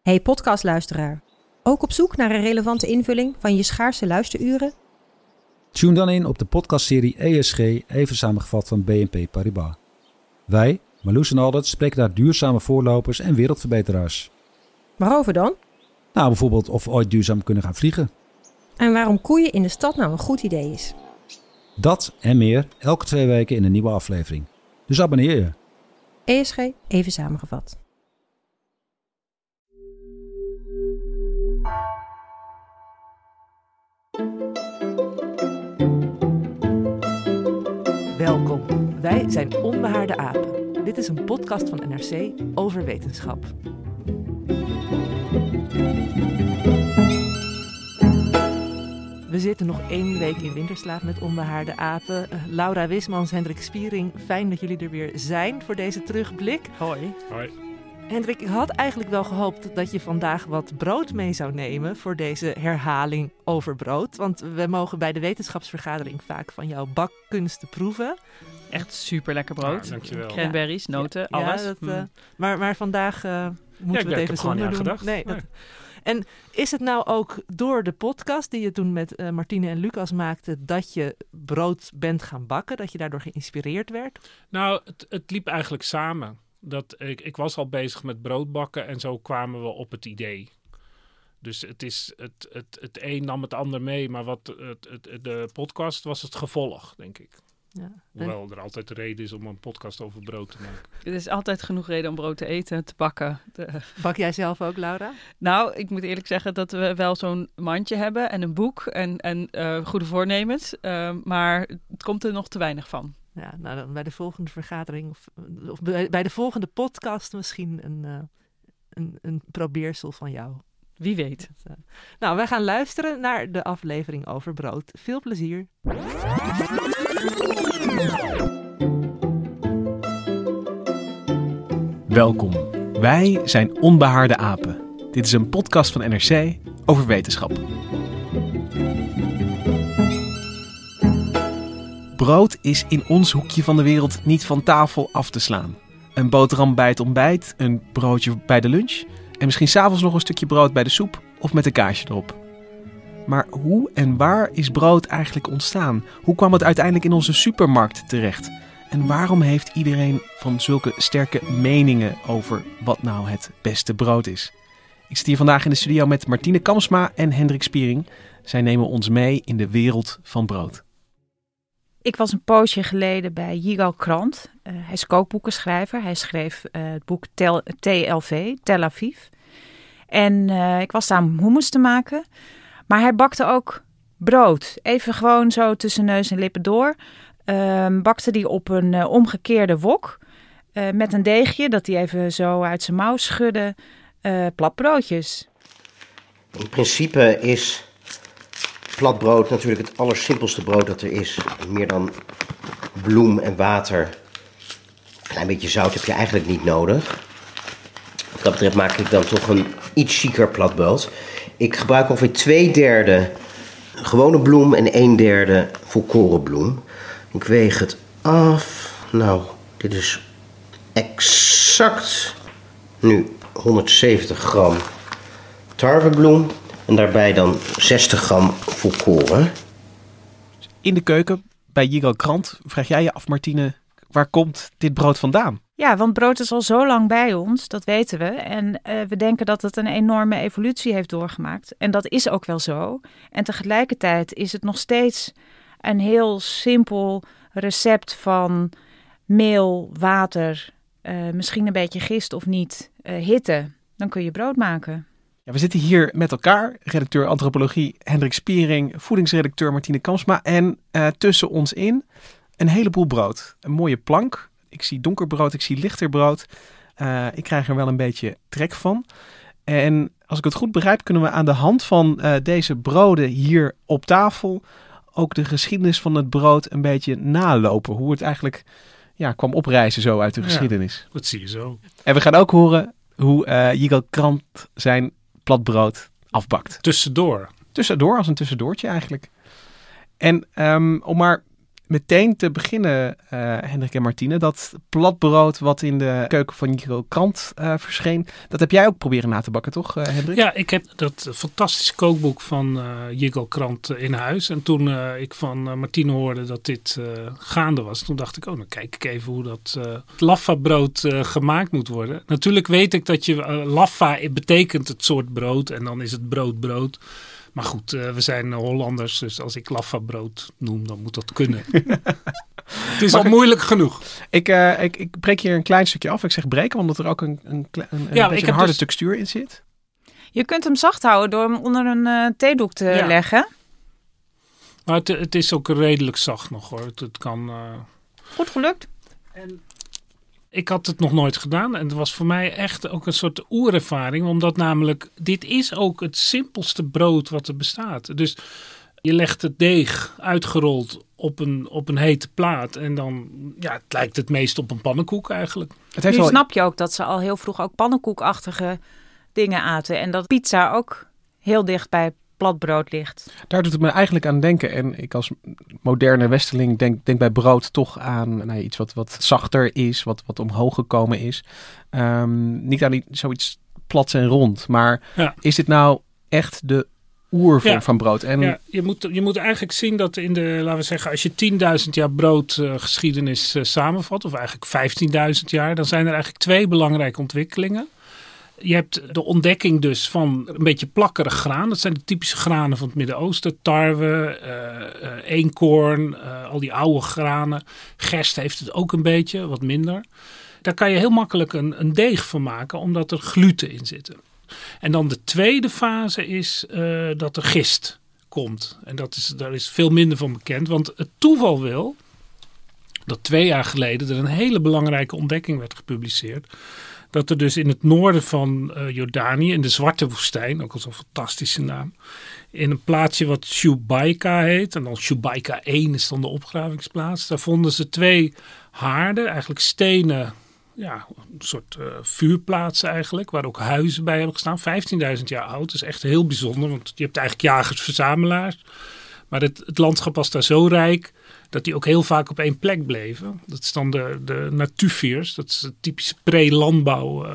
Hey podcastluisteraar, ook op zoek naar een relevante invulling van je schaarse luisteruren? Tune dan in op de podcastserie ESG, even samengevat van BNP Paribas. Wij, Marloes en Aldert, spreken daar duurzame voorlopers en wereldverbeteraars. Waarover dan? Nou, bijvoorbeeld of we ooit duurzaam kunnen gaan vliegen. En waarom koeien in de stad nou een goed idee is? Dat en meer elke 2 weken in een nieuwe aflevering. Dus abonneer je. ESG, even samengevat. Welkom, wij zijn Onbehaarde Apen. Dit is een podcast van NRC over wetenschap. We zitten nog 1 week in winterslaap met Onbehaarde Apen. Laura Wismans, Hendrik Spiering, fijn dat jullie er weer zijn voor deze terugblik. Hoi. Hoi. Hendrik, ik had eigenlijk wel gehoopt dat je vandaag wat brood mee zou nemen voor deze herhaling over brood. Want we mogen bij de wetenschapsvergadering vaak van jouw bakkunsten proeven. Echt super lekker brood. Ja, dankjewel. Cranberries, noten, alles. Ja, maar vandaag moeten we het even zonder doen. Gedacht. Nee. En is het nou ook door de podcast die je toen met Martine en Lucas maakte, dat je brood bent gaan bakken, dat je daardoor geïnspireerd werd? Nou, het liep eigenlijk samen. Ik was al bezig met broodbakken en zo kwamen we op het idee. Dus het een nam het ander mee, maar de podcast was het gevolg, denk ik. Ja. Hoewel er altijd reden is om een podcast over brood te maken. Er is altijd genoeg reden om brood te eten, te bakken. Bak jij zelf ook, Laura? Nou, ik moet eerlijk zeggen dat we wel zo'n mandje hebben en een boek en goede voornemens. Maar het komt er nog te weinig van. Ja, nou dan bij de volgende vergadering of bij de volgende podcast misschien een probeersel van jou. Wie weet. Nou, wij gaan luisteren naar de aflevering over brood. Veel plezier. Welkom. Wij zijn Onbehaarde Apen. Dit is een podcast van NRC over wetenschap. Brood is in ons hoekje van de wereld niet van tafel af te slaan. Een boterham bij het ontbijt, een broodje bij de lunch en misschien 's avonds nog een stukje brood bij de soep of met een kaasje erop. Maar hoe en waar is brood eigenlijk ontstaan? Hoe kwam het uiteindelijk in onze supermarkt terecht? En waarom heeft iedereen van zulke sterke meningen over wat nou het beste brood is? Ik zit hier vandaag in de studio met Martine Kamsma en Hendrik Spiering. Zij nemen ons mee in de wereld van brood. Ik was een poosje geleden bij Yigal Krant. Hij is kookboekenschrijver. Hij schreef het boek TLV, Tel Aviv. En ik was daar om hummus te maken. Maar hij bakte ook brood. Even gewoon zo tussen neus en lippen door. Bakte die op een omgekeerde wok. Met een deegje dat hij even zo uit zijn mouw schudde. Platbroodjes. In principe is plat brood natuurlijk het allersimpelste brood dat er is. Meer dan bloem en water. Een klein beetje zout heb je eigenlijk niet nodig. Wat dat betreft maak ik dan toch een iets chiquer platbrood. Ik gebruik ongeveer 2/3 gewone bloem en 1/3 volkorenbloem. Ik weeg het af. Nou, dit is exact nu 170 gram tarwebloem. En daarbij dan 60 gram volkoren. In de keuken bij Yigal Krant vraag jij je af, Martine, waar komt dit brood vandaan? Ja, want brood is al zo lang bij ons, dat weten we. En we denken dat het een enorme evolutie heeft doorgemaakt. En dat is ook wel zo. En tegelijkertijd is het nog steeds een heel simpel recept van meel, water, misschien een beetje gist of niet, hitte. Dan kun je brood maken. Ja, we zitten hier met elkaar, redacteur antropologie Hendrik Spiering, voedingsredacteur Martine Kamsma en tussen ons in een heleboel brood. Een mooie plank. Ik zie donker brood, ik zie lichter brood. Ik krijg er wel een beetje trek van. En als ik het goed begrijp, kunnen we aan de hand van deze broden hier op tafel ook de geschiedenis van het brood een beetje nalopen. Hoe het eigenlijk kwam oprijzen zo uit de geschiedenis. Ja, dat zie je zo. En we gaan ook horen hoe Yigal Krant zijn platbrood afbakt. Tussendoor, Als een tussendoortje eigenlijk. En om maar meteen te beginnen, Hendrik en Martine. Dat platbrood wat in de keuken van Jigo Krant verscheen. Dat heb jij ook proberen na te bakken, toch Hendrik? Ja, ik heb dat fantastische kookboek van Jigo Krant in huis. En toen ik van Martine hoorde dat dit gaande was. Toen dacht ik, dan kijk ik even hoe dat laffa-brood gemaakt moet worden. Natuurlijk weet ik dat laffa betekent het soort brood. En dan is het brood. Maar goed, we zijn Hollanders, dus als ik laffa-brood noem, dan moet dat kunnen. Het is al moeilijk genoeg. Ik breek hier een klein stukje af. Ik zeg breken, omdat er ook een beetje een harde textuur in zit. Je kunt hem zacht houden door hem onder een theedoek te leggen. Maar het is ook redelijk zacht nog hoor. Het kan... Goed gelukt. En ik had het nog nooit gedaan. En het was voor mij echt ook een soort oerervaring. Omdat namelijk, dit is ook het simpelste brood wat er bestaat. Dus je legt het deeg uitgerold op een hete plaat. En dan, het lijkt het meest op een pannenkoek eigenlijk. Nu snap je ook dat ze al heel vroeg ook pannenkoekachtige dingen aten. En dat pizza ook heel dicht bij platbrood ligt. Daar doet het me eigenlijk aan denken. En ik als moderne westerling denk bij brood toch aan iets wat zachter is, wat omhoog gekomen is. Niet aan zoiets plats en rond. Maar is dit nou echt de oervorm van brood? En je moet eigenlijk zien dat in de, laten we zeggen, als je 10.000 jaar broodgeschiedenis samenvat, of eigenlijk 15.000 jaar, dan zijn er eigenlijk 2 belangrijke ontwikkelingen. Je hebt de ontdekking dus van een beetje plakkerig graan. Dat zijn de typische granen van het Midden-Oosten. Tarwe, eenkoorn, al die oude granen. Gerst heeft het ook een beetje, wat minder. Daar kan je heel makkelijk een deeg van maken, omdat er gluten in zitten. En dan de tweede fase is dat er gist komt. En daar is veel minder van bekend. Want het toeval wil dat 2 jaar geleden er een hele belangrijke ontdekking werd gepubliceerd. Dat er dus in het noorden van Jordanië, in de Zwarte Woestijn, ook al zo'n fantastische naam, in een plaatsje wat Shubaika heet, en dan Shubaika 1 is dan de opgravingsplaats, daar vonden ze 2 haarden, eigenlijk stenen, een soort vuurplaatsen eigenlijk, waar ook huizen bij hebben gestaan, 15.000 jaar oud. Dat is echt heel bijzonder, want je hebt eigenlijk jagers-verzamelaars. Maar het landschap was daar zo rijk dat die ook heel vaak op één plek bleven. Dat is dan de natuviers. Dat is de typische pre-landbouw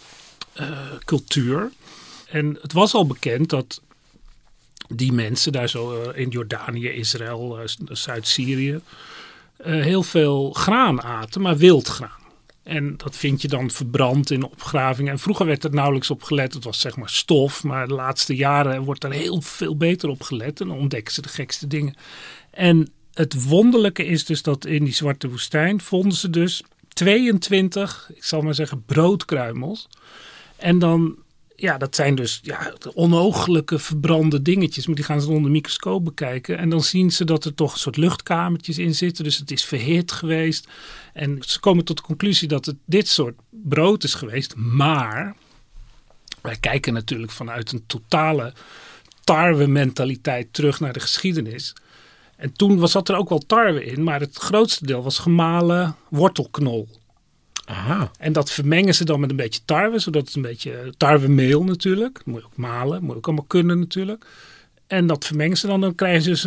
cultuur. En het was al bekend dat die mensen daar zo in Jordanië, Israël, Zuid-Syrië heel veel graan aten, maar wild graan. En dat vind je dan verbrand in opgravingen. En vroeger werd er nauwelijks op gelet. Het was zeg maar stof. Maar de laatste jaren wordt er heel veel beter op gelet. En dan ontdekken ze de gekste dingen. En het wonderlijke is dus dat in die Zwarte Woestijn vonden ze dus 22, ik zal maar zeggen, broodkruimels. En dan, dat zijn dus onooglijke verbrande dingetjes. Maar die gaan ze onder de microscoop bekijken. En dan zien ze dat er toch een soort luchtkamertjes in zitten. Dus het is verhit geweest. En ze komen tot de conclusie dat het dit soort brood is geweest. Maar wij kijken natuurlijk vanuit een totale tarwe-mentaliteit terug naar de geschiedenis. En toen zat er ook wel tarwe in. Maar het grootste deel was gemalen wortelknol. Aha. En dat vermengen ze dan met een beetje tarwe, zodat het een beetje tarwemeel natuurlijk. Dat moet je ook malen, moet je ook allemaal kunnen natuurlijk. En dat vermengen ze dan krijgen ze dus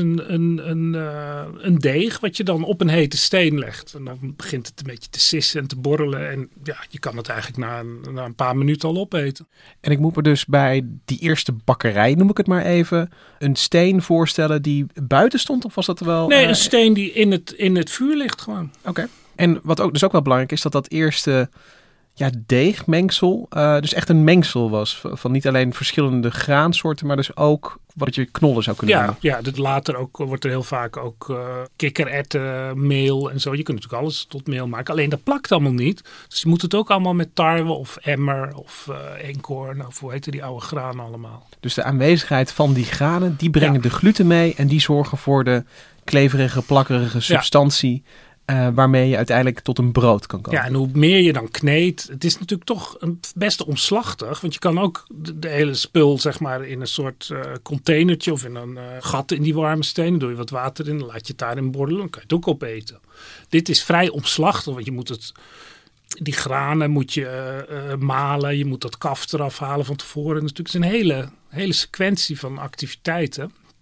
een deeg wat je dan op een hete steen legt. En dan begint het een beetje te sissen en te borrelen. En je kan het eigenlijk na een paar minuten al opeten. En ik moet me dus bij die eerste bakkerij, noem ik het maar even, een steen voorstellen die buiten stond? Of was dat wel? Nee, een steen die in het vuur ligt gewoon. Oké. En wat ook dus ook wel belangrijk is, dat eerste deegmengsel dus echt een mengsel was van niet alleen verschillende graansoorten, maar dus ook wat je knollen zou kunnen noemen. Ja, later ook wordt er heel vaak ook kikkererwten, meel en zo. Je kunt natuurlijk alles tot meel maken. Alleen dat plakt allemaal niet. Dus je moet het ook allemaal met tarwe of emmer of eenkoorn of hoe heet die oude granen allemaal. Dus de aanwezigheid van die granen, die brengen de gluten mee en die zorgen voor de kleverige, plakkerige substantie. Waarmee je uiteindelijk tot een brood kan komen. Ja, en hoe meer je dan kneedt. Het is natuurlijk toch best omslachtig. Want je kan ook de hele spul zeg maar in een soort containertje of in een gat in die warme steen. Dan doe je wat water in, dan laat je het daarin borrelen. Dan kan je het ook opeten. Dit is vrij omslachtig, want je moet die granen moet je malen. Je moet dat kaf eraf halen van tevoren. Natuurlijk is een hele sequentie van activiteiten.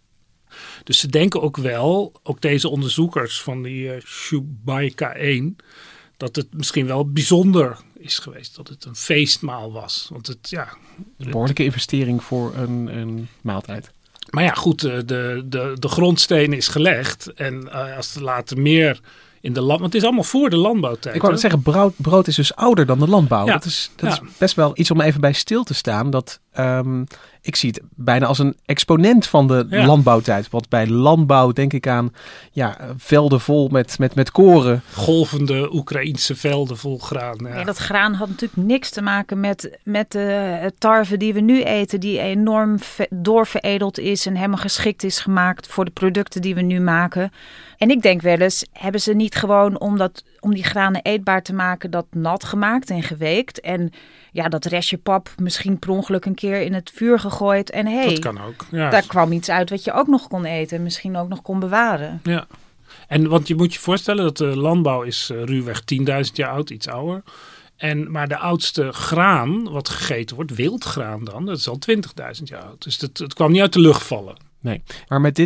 Dus ze denken ook wel, ook deze onderzoekers van die Shubaika 1... dat het misschien wel bijzonder is geweest. Dat het een feestmaal was. Want Een behoorlijke investering voor een maaltijd. Maar ja, goed, de grondsteen is gelegd. En als er later meer in de land... Want het is allemaal voor de landbouwtijd. Ik wou net zeggen, brood is dus ouder dan de landbouw. Ja. Dat is best wel iets om even bij stil te staan. Dat, ik zie het bijna als een exponent van de landbouwtijd. Want bij landbouw denk ik aan velden vol met koren. Golvende Oekraïense velden vol graan. Ja. Nee, dat graan had natuurlijk niks te maken met de tarwe die we nu eten. Die enorm doorveredeld is en helemaal geschikt is gemaakt voor de producten die we nu maken. En ik denk wel eens, hebben ze niet gewoon om die granen eetbaar te maken dat nat gemaakt en geweekt. En dat restje pap misschien per ongeluk een keer in het vuur gegooid. En dat kan ook. Ja. Daar kwam iets uit wat je ook nog kon eten. Misschien ook nog kon bewaren. Ja. En want je moet je voorstellen dat de landbouw is ruwweg 10.000 jaar oud, iets ouder. Maar de oudste graan wat gegeten wordt, wildgraan dan, dat is al 20.000 jaar oud. Dus het kwam niet uit de lucht vallen. Nee, maar met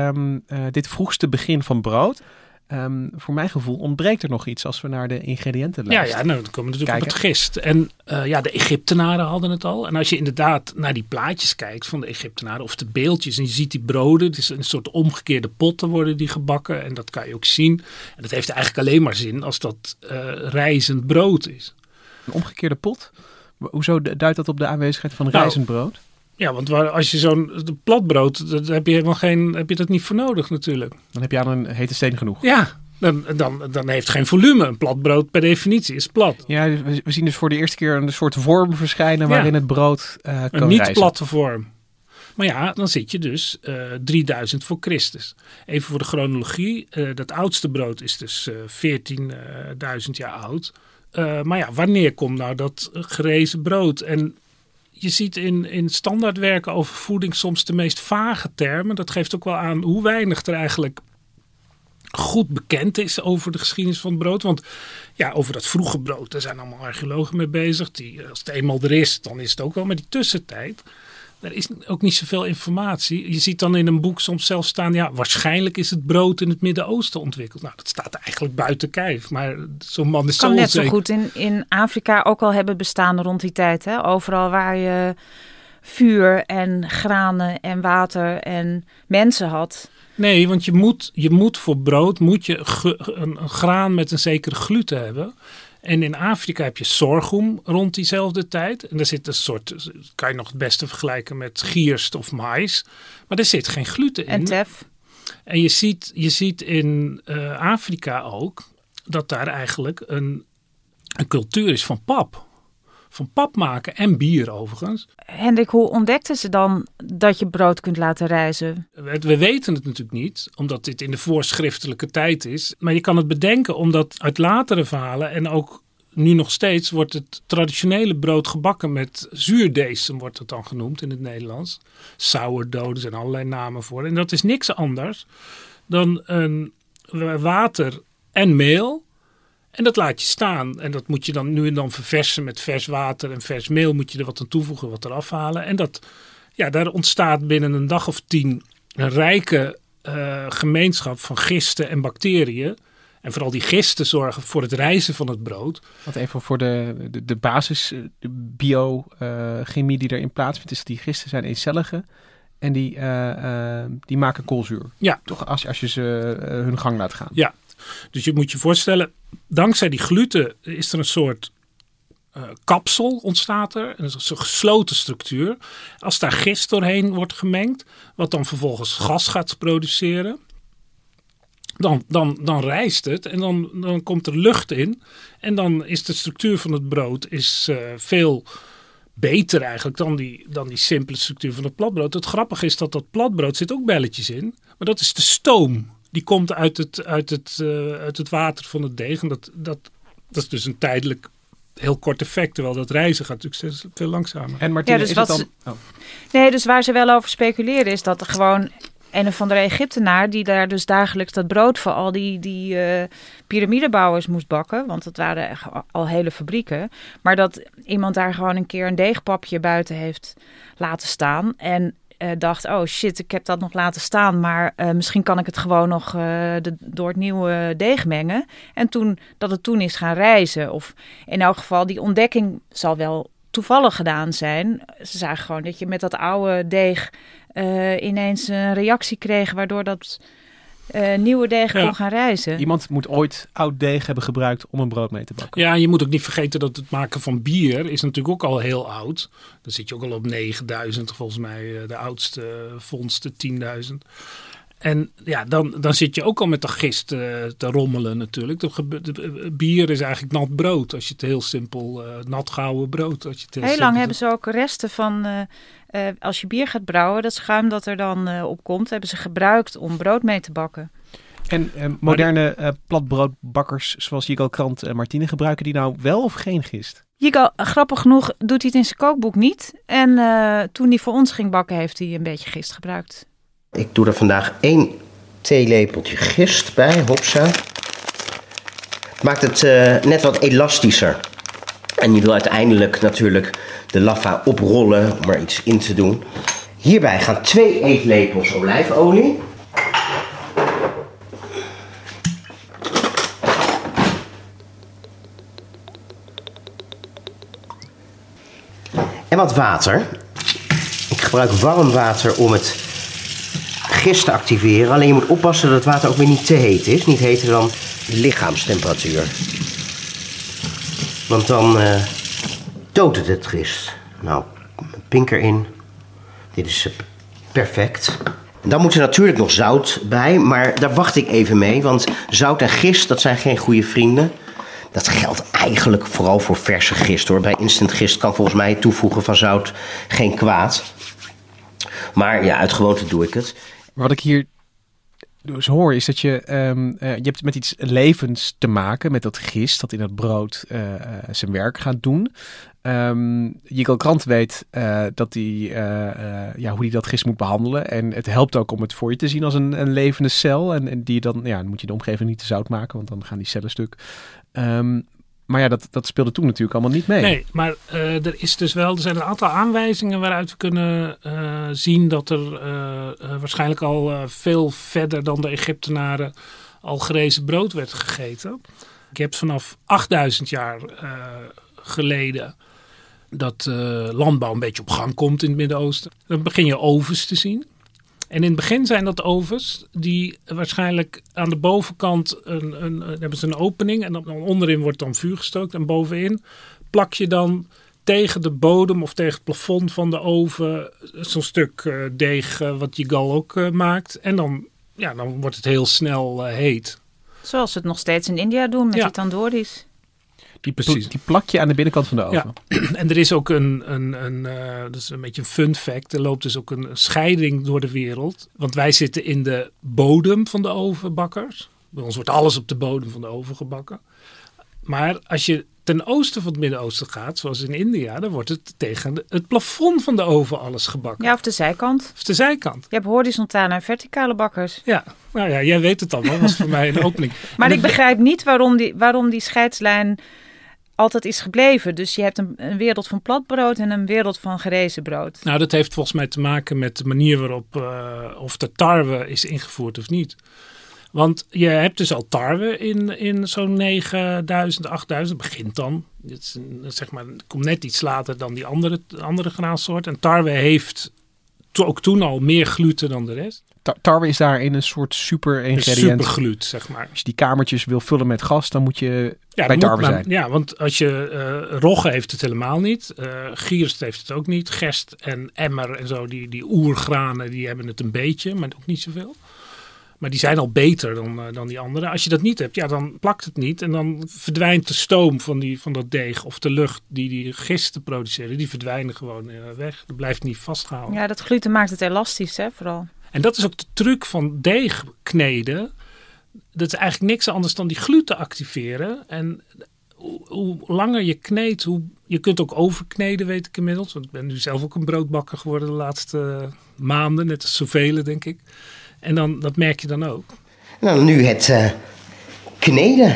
dit vroegste begin van brood, voor mijn gevoel ontbreekt er nog iets als we naar de ingrediëntenlijst dan komen we natuurlijk op het gist. En de Egyptenaren hadden het al. En als je inderdaad naar die plaatjes kijkt van de Egyptenaren of de beeldjes en je ziet die broden, het is een soort omgekeerde potten worden die gebakken en dat kan je ook zien. En dat heeft eigenlijk alleen maar zin als dat rijzend brood is. Een omgekeerde pot? Hoezo duidt dat op de aanwezigheid van rijzend brood? Ja, want als je zo'n platbrood, dat heb je dat niet voor nodig natuurlijk. Dan heb je aan een hete steen genoeg. Ja, dan heeft het geen volume. Een platbrood per definitie is plat. Ja, we zien dus voor de eerste keer een soort vorm verschijnen waarin het brood kan rijzen. Een niet platte vorm. Maar dan zit je dus 3000 voor Christus. Even voor de chronologie. Dat oudste brood is dus 14.000 jaar oud. Wanneer komt nou dat gerezen brood? En je ziet in standaardwerken over voeding soms de meest vage termen. Dat geeft ook wel aan hoe weinig er eigenlijk goed bekend is over de geschiedenis van het brood. Want over dat vroege brood, daar zijn allemaal archeologen mee bezig. Als het eenmaal er is, dan is het ook wel. Maar die tussentijd, er is ook niet zoveel informatie. Je ziet dan in een boek soms zelfs staan, waarschijnlijk is het brood in het Midden-Oosten ontwikkeld. Nou, dat staat eigenlijk buiten kijf. Maar zo'n man is zo kan net onzeker. zo goed in Afrika ook al hebben bestaan rond die tijd. Hè? Overal waar je vuur en granen en water en mensen had. Nee, want je moet voor brood een graan met een zekere gluten hebben. En in Afrika heb je sorghum rond diezelfde tijd. En daar zit een soort, kan je nog het beste vergelijken met gierst of maïs. Maar er zit geen gluten in. En tef. En je ziet in Afrika ook dat daar eigenlijk een cultuur is van pap. Van pap maken en bier overigens. Hendrik, hoe ontdekten ze dan dat je brood kunt laten rijzen? We weten het natuurlijk niet, omdat dit in de voorschriftelijke tijd is. Maar je kan het bedenken, omdat uit latere verhalen en ook nu nog steeds wordt het traditionele brood gebakken met zuurdeesem, wordt het dan genoemd in het Nederlands. Sourdough, er zijn allerlei namen voor. En dat is niks anders dan water en meel. En dat laat je staan. En dat moet je dan nu en dan verversen met vers water en vers meel. Moet je er wat aan toevoegen, wat eraf halen. En daar ontstaat binnen een dag of 10 een rijke gemeenschap van gisten en bacteriën. En vooral die gisten zorgen voor het rijzen van het brood. Wat even voor de basis, de biochemie die erin plaatsvindt, is dat die gisten zijn eencellige. En die maken koolzuur. Ja. Toch als je ze hun gang laat gaan. Ja. Dus je moet je voorstellen, dankzij die gluten is er een soort kapsel ontstaat er. Dat is een gesloten structuur. Als daar gist doorheen wordt gemengd, wat dan vervolgens gas gaat produceren, dan rijst het en dan komt er lucht in. En dan is de structuur van het brood veel beter eigenlijk dan die simpele structuur van het platbrood. Het grappige is dat platbrood zit ook belletjes in, maar dat is de stoom. Die komt uit het water van het deeg. En dat is dus een tijdelijk heel kort effect. Terwijl dat rijzen gaat natuurlijk veel langzamer. En Martine, dus is het dan... Nee, dus waar ze wel over speculeren is dat er gewoon een of andere Egyptenaar die daar dus dagelijks dat brood voor al die piramidebouwers moest bakken. Want dat waren al hele fabrieken. Maar dat iemand daar gewoon een keer een deegpapje buiten heeft laten staan. En dacht, oh shit, ik heb dat nog laten staan. Maar misschien kan ik het gewoon nog door het nieuwe deeg mengen. En dat het toen is gaan rijzen. Of in elk geval, die ontdekking zal wel toevallig gedaan zijn. Ze zagen gewoon dat je met dat oude deeg ineens een reactie kreeg, waardoor dat nieuwe deeg kon gaan rijzen. Iemand moet ooit oud deeg hebben gebruikt om een brood mee te bakken. Ja, je moet ook niet vergeten dat het maken van bier is natuurlijk ook al heel oud. Dan zit je ook al op 9000, volgens mij de oudste vondsten 10.000. En ja, dan zit je ook al met de gist te rommelen natuurlijk. Bier is eigenlijk nat brood, als je het heel simpel, nat gouden brood. Als je het heel lang hebben ze ook resten van, als je bier gaat brouwen, dat schuim dat er dan op komt, hebben ze gebruikt om brood mee te bakken. En moderne platbroodbakkers zoals Yigal Krant en Martine, gebruiken die nou wel of geen gist? Yigal, grappig genoeg, doet hij het in zijn kookboek niet. En toen hij voor ons ging bakken, heeft hij een beetje gist gebruikt. Ik doe er vandaag 1 theelepeltje gist bij, hopsa. Maakt het net wat elastischer. En je wil uiteindelijk natuurlijk de laffa oprollen om er iets in te doen. Hierbij gaan 2 eetlepels olijfolie. En wat water. Ik gebruik warm water om het gist te activeren. Alleen je moet oppassen dat het water ook weer niet te heet is. Niet heter dan lichaamstemperatuur. Want dan doodt het gist. Nou, pink erin. Dit is perfect. En dan moet er natuurlijk nog zout bij. Maar daar wacht ik even mee. Want zout en gist, dat zijn geen goede vrienden. Dat geldt eigenlijk vooral voor verse gist hoor. Bij instant gist kan volgens mij het toevoegen van zout geen kwaad. Maar ja, uit gewoonte doe ik het. Wat ik hier dus hoor is dat je hebt met iets levens te maken, met dat gist dat in dat brood zijn werk gaat doen. Yigal Krant weet dat hoe hij dat gist moet behandelen. En het helpt ook om het voor je te zien als een levende cel. En die dan moet je de omgeving niet te zout maken, want dan gaan die cellen stuk. Maar ja, dat speelde toen natuurlijk allemaal niet mee. Nee, maar er zijn een aantal aanwijzingen waaruit we kunnen zien dat er waarschijnlijk al veel verder dan de Egyptenaren al gerezen brood werd gegeten. Je hebt vanaf 8000 jaar geleden dat landbouw een beetje op gang komt in het Midden-Oosten. Dan begin je ovens te zien. En in het begin zijn dat ovens die waarschijnlijk aan de bovenkant hebben ze een opening. En dan onderin wordt dan vuur gestookt. En bovenin plak je dan tegen de bodem of tegen het plafond van de oven zo'n stuk deeg wat Yigal ook maakt. En dan wordt het heel snel heet. Zoals ze het nog steeds in India doen met die tandoori's. Die plak je aan de binnenkant van de oven. Ja. En er is ook dat is een beetje een fun fact. Er loopt dus ook een scheiding door de wereld. Want wij zitten in de bodem van de ovenbakkers. Bij ons wordt alles op de bodem van de oven gebakken. Maar als je ten oosten van het Midden-Oosten gaat, zoals in India, dan wordt het tegen het plafond van de oven alles gebakken. Ja, of de zijkant. Of de zijkant. Je hebt horizontale en verticale bakkers. Ja, nou ja, jij weet het allemaal. Dat was voor mij een opening. Maar ik begrijp niet waarom die scheidslijn altijd is gebleven. Dus je hebt een wereld van platbrood en een wereld van gerezen brood. Nou, dat heeft volgens mij te maken met de manier waarop of de tarwe is ingevoerd of niet. Want je hebt dus al tarwe in zo'n 9000, 8000. Begint dan. Het komt net iets later dan die andere graansoort. En tarwe heeft ook toen al meer gluten dan de rest. Tarwe is daarin een soort super ingrediënt. Superglut, zeg maar. Als je die kamertjes wil vullen met gas, dan moet je bij tarwe zijn. Ja, want als je rogge heeft het helemaal niet. Gierst heeft het ook niet. Gerst en emmer en zo, die oergranen, die hebben het een beetje, maar ook niet zoveel. Maar die zijn al beter dan die andere. Als je dat niet hebt, dan plakt het niet. En dan verdwijnt de stoom van dat deeg of de lucht die gisten produceren. Die verdwijnen gewoon weg. Dat blijft niet vastgehouden. Ja, dat gluten maakt het elastisch, hè, vooral. En dat is ook de truc van deeg kneden. Dat is eigenlijk niks anders dan die gluten activeren. En hoe langer je kneedt, je kunt ook overkneden, weet ik inmiddels. Want ik ben nu zelf ook een broodbakker geworden de laatste maanden. Net als zoveel, denk ik. En dat merk je dan ook. Nou, nu het kneden.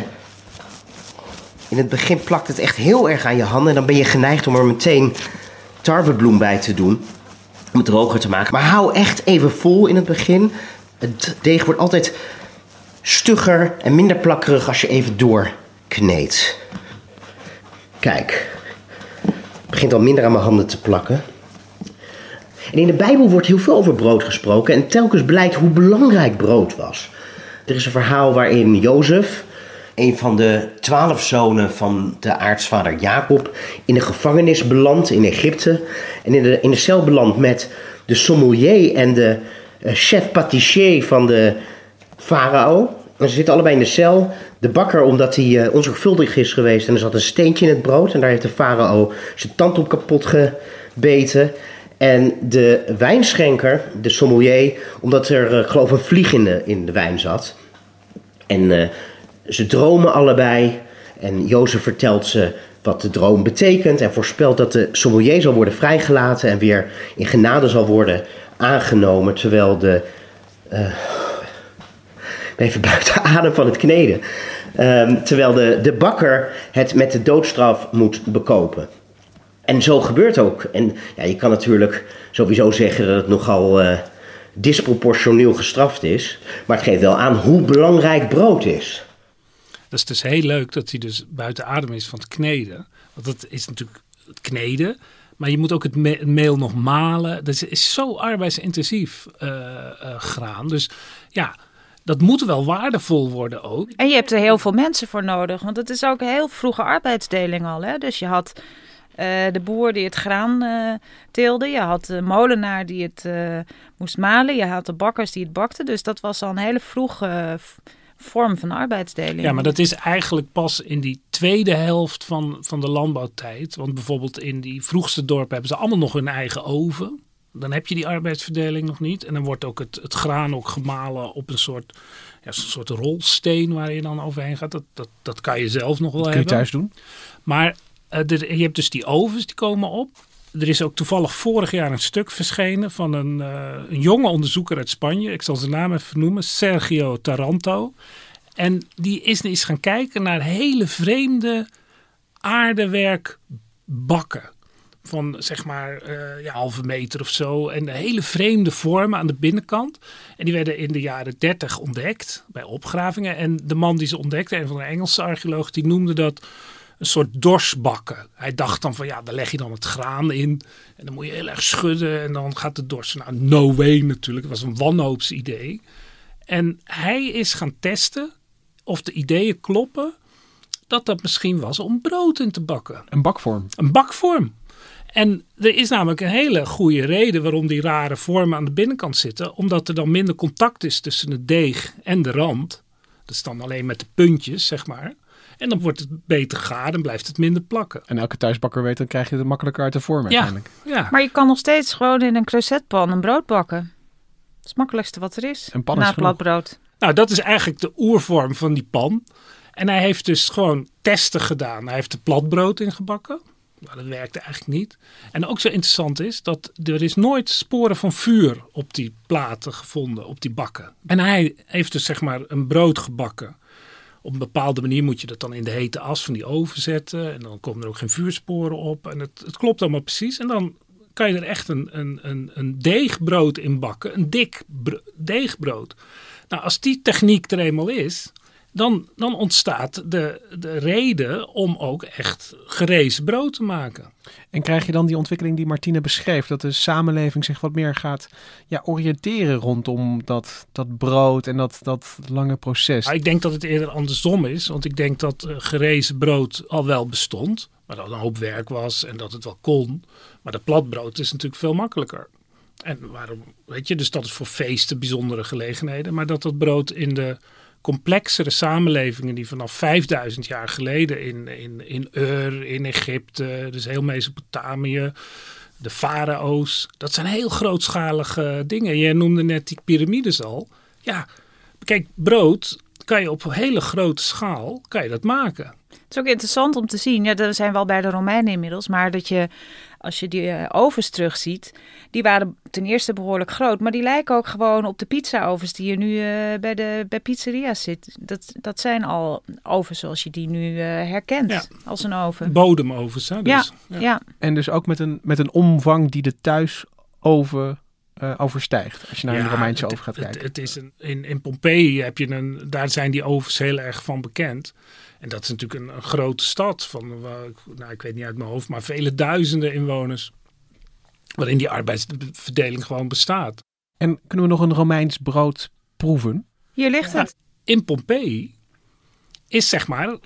In het begin plakt het echt heel erg aan je handen. En dan ben je geneigd om er meteen tarwebloem bij te doen. om het droger te maken. Maar hou echt even vol in het begin. Het deeg wordt altijd stugger en minder plakkerig als je even doorkneedt. Kijk, het begint al minder aan mijn handen te plakken. En in de Bijbel wordt heel veel over brood gesproken en telkens blijkt hoe belangrijk brood was. Er is een verhaal waarin Jozef, een van de 12 zonen van de aartsvader Jacob, in de gevangenis belandt in Egypte. En in de cel belandt met de sommelier en de chef pâtissier van de farao. En ze zitten allebei in de cel. De bakker omdat hij onzorgvuldig is geweest en er zat een steentje in het brood. En daar heeft de farao zijn tand op kapot gebeten. En de wijnschenker, de sommelier, omdat er geloof ik een vlieg in de wijn zat. En ze dromen allebei. En Jozef vertelt ze wat de droom betekent. En voorspelt dat de sommelier zal worden vrijgelaten en weer in genade zal worden aangenomen. Terwijl ik ben even buiten adem van het kneden. Terwijl de bakker het met de doodstraf moet bekopen. En zo gebeurt ook. En ja, je kan natuurlijk sowieso zeggen dat het nogal disproportioneel gestraft is. Maar het geeft wel aan hoe belangrijk brood is. Dat is dus heel leuk dat hij dus buiten adem is van het kneden. Want dat is natuurlijk het kneden. Maar je moet ook het meel nog malen. Dat is zo arbeidsintensief graan. Dus ja, dat moet wel waardevol worden ook. En je hebt er heel veel mensen voor nodig. Want het is ook een heel vroege arbeidsdeling al. Hè? Dus je had de boer die het graan teelde. Je had de molenaar die het moest malen. Je had de bakkers die het bakten. Dus dat was al een hele vroege vorm van arbeidsdeling. Ja, maar dat is eigenlijk pas in die tweede helft van de landbouwtijd. Want bijvoorbeeld in die vroegste dorpen hebben ze allemaal nog hun eigen oven. Dan heb je die arbeidsverdeling nog niet. En dan wordt ook het graan ook gemalen op een soort rolsteen waar je dan overheen gaat. Dat kan je zelf nog wel hebben. Kun je thuis doen? Maar je hebt dus die ovens, die komen op. Er is ook toevallig vorig jaar een stuk verschenen van een jonge onderzoeker uit Spanje. Ik zal zijn naam even noemen. Sergio Taranto. En die is eens gaan kijken naar hele vreemde aardewerkbakken. Van zeg maar halve meter of zo. En hele vreemde vormen aan de binnenkant. En die werden in de jaren 30 ontdekt bij opgravingen. En de man die ze ontdekte, een van de Engelse archeologen, die noemde dat een soort dorsbakken. Hij dacht dan van daar leg je dan het graan in. En dan moet je heel erg schudden en dan gaat het dorsen. Nou, no way natuurlijk. Het was een wanhoopsidee. En hij is gaan testen of de ideeën kloppen dat misschien was om brood in te bakken. Een bakvorm. Een bakvorm. En er is namelijk een hele goede reden waarom die rare vormen aan de binnenkant zitten. Omdat er dan minder contact is tussen het deeg en de rand. Dat is dan alleen met de puntjes, zeg maar. En dan wordt het beter gaar en blijft het minder plakken. En elke thuisbakker weet, dan krijg je het makkelijker uit de vorm uiteindelijk. Ja. Maar je kan nog steeds gewoon in een creusetpan een brood bakken. Dat is het makkelijkste wat er is. Een pan na is platbrood. Nou, dat is eigenlijk de oervorm van die pan. En hij heeft dus gewoon testen gedaan. Hij heeft er platbrood in gebakken. Nou, dat werkte eigenlijk niet. En ook zo interessant is dat er is nooit sporen van vuur op die platen gevonden, op die bakken. En hij heeft dus zeg maar een brood gebakken. Op een bepaalde manier moet je dat dan in de hete as van die oven zetten. En dan komen er ook geen vuursporen op. En het klopt allemaal precies. En dan kan je er echt een deegbrood in bakken. Een dik deegbrood. Nou, als die techniek er eenmaal is, dan ontstaat de reden om ook echt gerezen brood te maken. En krijg je dan die ontwikkeling die Martine beschreef, dat de samenleving zich wat meer gaat oriënteren rondom dat brood en dat lange proces? Nou, ik denk dat het eerder andersom is, want ik denk dat gerezen brood al wel bestond, maar dat een hoop werk was en dat het wel kon. Maar dat platbrood is natuurlijk veel makkelijker. En waarom, weet je, dus dat is voor feesten, bijzondere gelegenheden, maar dat brood in de complexere samenlevingen die vanaf 5000 jaar geleden in Ur, in Egypte, dus heel Mesopotamië, de farao's, dat zijn heel grootschalige dingen. Je noemde net die piramides al. Ja, kijk, brood kan je op een hele grote schaal dat maken. Het is ook interessant om te zien, we zijn wel bij de Romeinen inmiddels, maar dat je, als je die ovens terugziet, die waren ten eerste behoorlijk groot, maar die lijken ook gewoon op de pizza-ovens die je nu bij pizzeria's zit. Dat zijn al ovens zoals je die nu herkent als een oven. Bodemovens, hè? Dus, ja. En dus ook met een omvang die de thuis oven overstijgt. Als je naar een Romeinse oven gaat kijken. Het is in Pompeii heb je daar zijn die ovens heel erg van bekend. En dat is natuurlijk een grote stad van, ik weet niet uit mijn hoofd, maar vele duizenden inwoners. Waarin die arbeidsverdeling gewoon bestaat. En kunnen we nog een Romeins brood proeven? Hier ligt het. In Pompeii is zeg maar,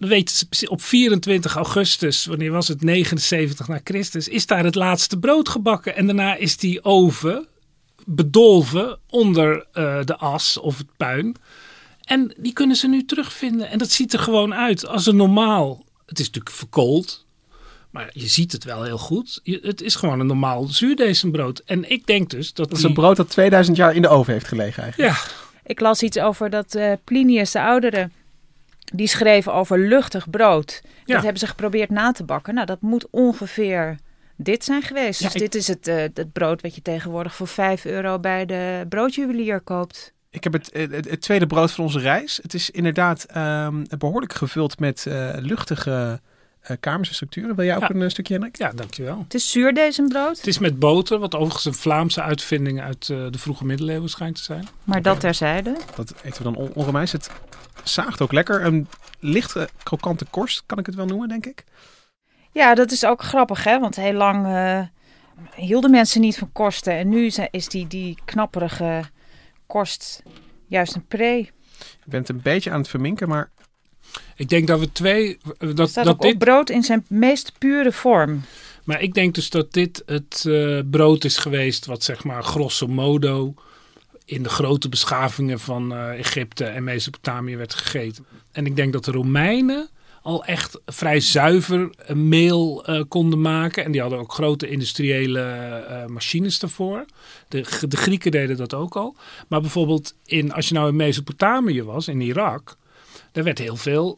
op 24 augustus, wanneer was het, 79 na Christus, is daar het laatste brood gebakken. En daarna is die oven bedolven onder de as of het puin. En die kunnen ze nu terugvinden. En dat ziet er gewoon uit als een normaal. Het is natuurlijk verkoold. Maar je ziet het wel heel goed. Het is gewoon een normaal zuurdesembrood. En ik denk dus dat is een brood dat 2000 jaar in de oven heeft gelegen eigenlijk. Ja. Ik las iets over dat Plinius de Oudere, die schreef over luchtig brood. Ja. Dat hebben ze geprobeerd na te bakken. Nou, dat moet ongeveer dit zijn geweest. Dus dit is het brood wat je tegenwoordig voor €5 bij de broodjuwelier koopt. Ik heb het tweede brood van onze reis. Het is inderdaad behoorlijk gevuld met luchtige kamerse structuren. Wil jij ook een stukje, Hendrik? Ja, dankjewel. Het is zuurdesembrood. Het is met boter, wat overigens een Vlaamse uitvinding uit de vroege middeleeuwen schijnt te zijn. Maar dat terzijde. Dat eten we dan ongewijs. Het zaagt ook lekker. Een lichte krokante korst, kan ik het wel noemen, denk ik. Ja, dat is ook grappig, hè? Want heel lang hielden mensen niet van korsten. En nu is die knapperige korst juist een pre. Je bent een beetje aan het verminken, maar ik denk dat we staat ook op brood in zijn meest pure vorm. Maar ik denk dus dat dit het brood is geweest wat zeg maar grosso modo in de grote beschavingen van Egypte en Mesopotamië werd gegeten. En ik denk dat de Romeinen al echt vrij zuiver meel konden maken. En die hadden ook grote industriële machines daarvoor. De Grieken deden dat ook al. Maar bijvoorbeeld als je nou in Mesopotamië was, in Irak, daar werd heel veel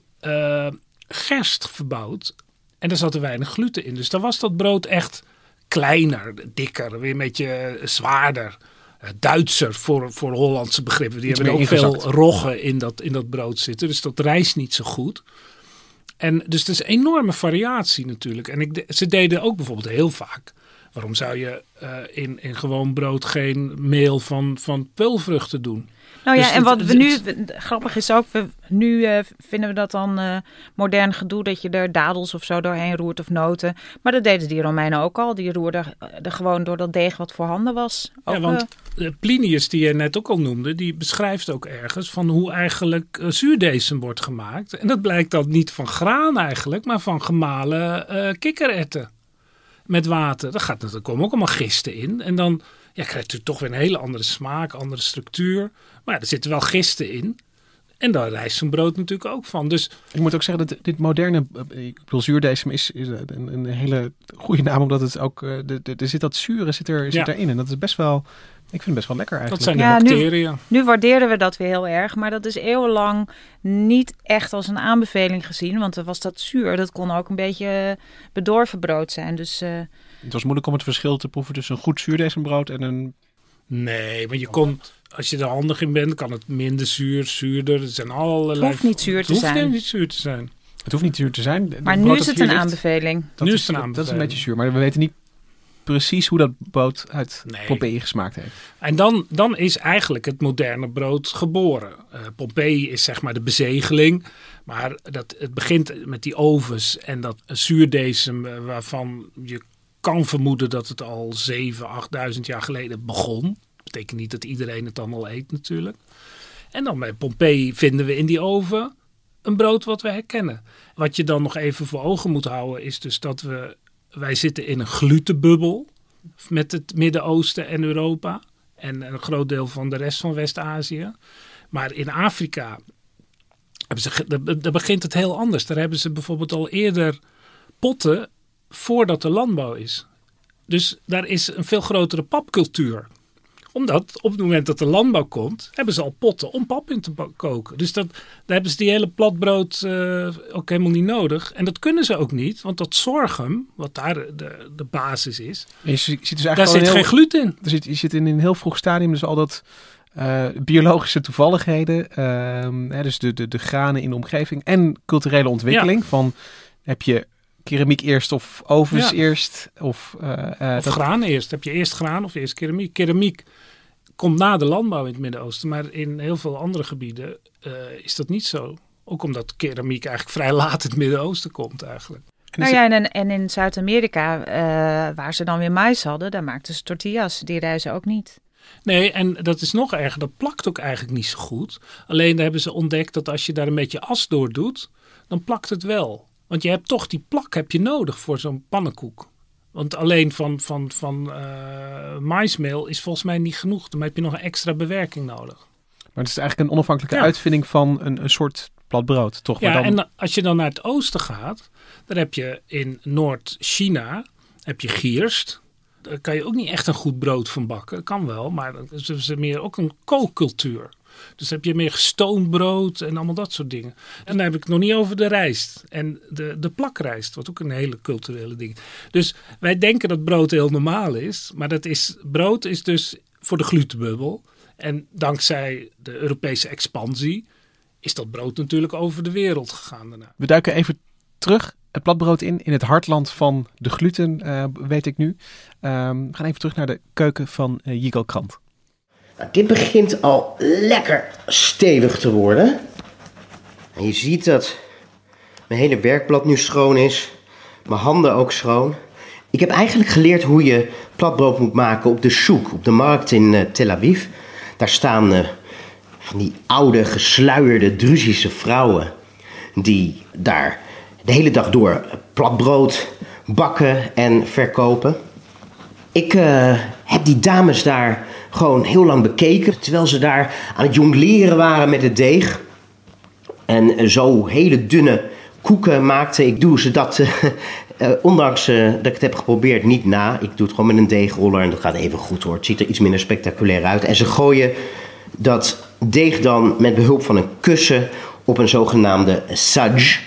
gerst verbouwd. En daar zat er weinig gluten in. Dus dan was dat brood echt kleiner, dikker, weer een beetje zwaarder. Duitser voor Hollandse begrippen. Die hebben ook veel roggen in dat brood zitten. Dus dat rijst niet zo goed. En dus er is een enorme variatie natuurlijk. En ze deden ook bijvoorbeeld heel vaak. Waarom zou je in gewoon brood geen meel van peulvruchten doen? Nou ja, dus en wat we nu, grappig is ook, nu vinden we dat dan modern gedoe, dat je er dadels of zo doorheen roert of noten. Maar dat deden die Romeinen ook al. Die roerden er gewoon door dat deeg wat voorhanden was. Ook, ja, want Plinius, die je net ook al noemde, die beschrijft ook ergens van hoe eigenlijk zuurdesem wordt gemaakt. En dat blijkt dan niet van graan eigenlijk, maar van gemalen kikkererwten met water. Er komen ook allemaal gisten in. En dan krijgt u toch weer een hele andere smaak, andere structuur. Maar ja, er zitten wel gisten in. En daar rijst zo'n brood natuurlijk ook van. Dus ik moet ook zeggen dat dit moderne, ik bedoel zuurdesem is een hele goede naam, omdat het ook, er zit dat zure zit erin. En dat is best wel, ik vind het best wel lekker eigenlijk. Dat zijn de bacteriën. Nu waarderen we dat weer heel erg. Maar dat is eeuwenlang niet echt als een aanbeveling gezien. Want er was dat zuur. Dat kon ook een beetje bedorven brood zijn. Dus het was moeilijk om het verschil te proeven tussen een goed zuurdesembrood en een... Nee, maar je komt, als je er handig in bent, kan het minder zuurder. Er zijn allerlei... Het hoeft niet zuur te zijn. Het hoeft niet zuur te zijn. Het hoeft niet zuur te zijn. Maar nu is het een aanbeveling. Dat is een beetje zuur, maar we weten niet precies hoe dat brood uit Pompeii gesmaakt heeft. En dan is eigenlijk het moderne brood geboren. Pompeii is zeg maar de bezegeling. Maar het begint met die ovens en dat zuurdesem waarvan je kan vermoeden dat het al 7.000, 8.000 jaar geleden begon. Dat betekent niet dat iedereen het dan al eet natuurlijk. En dan bij Pompeii vinden we in die oven een brood wat we herkennen. Wat je dan nog even voor ogen moet houden is dus dat wij zitten in een glutenbubbel met het Midden-Oosten en Europa. En een groot deel van de rest van West-Azië. Maar in Afrika daar begint het heel anders. Daar hebben ze bijvoorbeeld al eerder potten voordat er landbouw is. Dus daar is een veel grotere papcultuur. Omdat op het moment dat de landbouw komt, hebben ze al potten om pap in te koken. Dus daar hebben ze die hele platbrood ook helemaal niet nodig. En dat kunnen ze ook niet, want dat sorghum, wat daar de basis is, dus daar zit geen gluten in. Je zit in een heel vroeg stadium, dus al dat biologische toevalligheden, dus de granen in de omgeving en culturele ontwikkeling. Van heb je keramiek eerst of ovens eerst? Of graan eerst. Heb je eerst graan of eerst keramiek? Keramiek komt na de landbouw in het Midden-Oosten. Maar in heel veel andere gebieden is dat niet zo. Ook omdat keramiek eigenlijk vrij laat het Midden-Oosten komt eigenlijk. En in Zuid-Amerika, waar ze dan weer mais hadden, daar maakten ze tortillas. Die rijzen ook niet. Nee, en dat is nog erger. Dat plakt ook eigenlijk niet zo goed. Alleen daar hebben ze ontdekt dat als je daar een beetje as door doet, dan plakt het wel. Want je hebt toch die plak heb je nodig voor zo'n pannenkoek. Want alleen van maismeel is volgens mij niet genoeg. Dan heb je nog een extra bewerking nodig. Maar het is eigenlijk een onafhankelijke uitvinding van een soort plat brood, toch? Ja, maar dan... en als je dan naar het oosten gaat, dan heb je in Noord-China heb je gierst. Daar kan je ook niet echt een goed brood van bakken. Dat kan wel, maar dat is meer ook een kookcultuur. Dus dan heb je meer gestoomd brood en allemaal dat soort dingen. En dan heb ik het nog niet over de rijst. En de plakrijst, wat ook een hele culturele ding. Dus wij denken dat brood heel normaal is. Maar brood is dus voor de glutenbubbel. En dankzij de Europese expansie is dat brood natuurlijk over de wereld gegaan daarna. We duiken even terug het platbrood in het hartland van de gluten, weet ik nu. We gaan even terug naar de keuken van Yigal Krant. Nou, dit begint al lekker stevig te worden. En je ziet dat mijn hele werkblad nu schoon is. Mijn handen ook schoon. Ik heb eigenlijk geleerd hoe je platbrood moet maken op de souk, op de markt in Tel Aviv. Daar staan van die oude, gesluierde, Druzische vrouwen die daar de hele dag door platbrood bakken en verkopen. Ik heb die dames daar gewoon heel lang bekeken, terwijl ze daar aan het jongleren waren met het deeg. En zo hele dunne koeken maakten. Ik doe ze dat, ondanks dat ik het heb geprobeerd, niet na. Ik doe het gewoon met een deegroller en dat gaat even goed hoor. Het ziet er iets minder spectaculair uit. En ze gooien dat deeg dan met behulp van een kussen op een zogenaamde saj.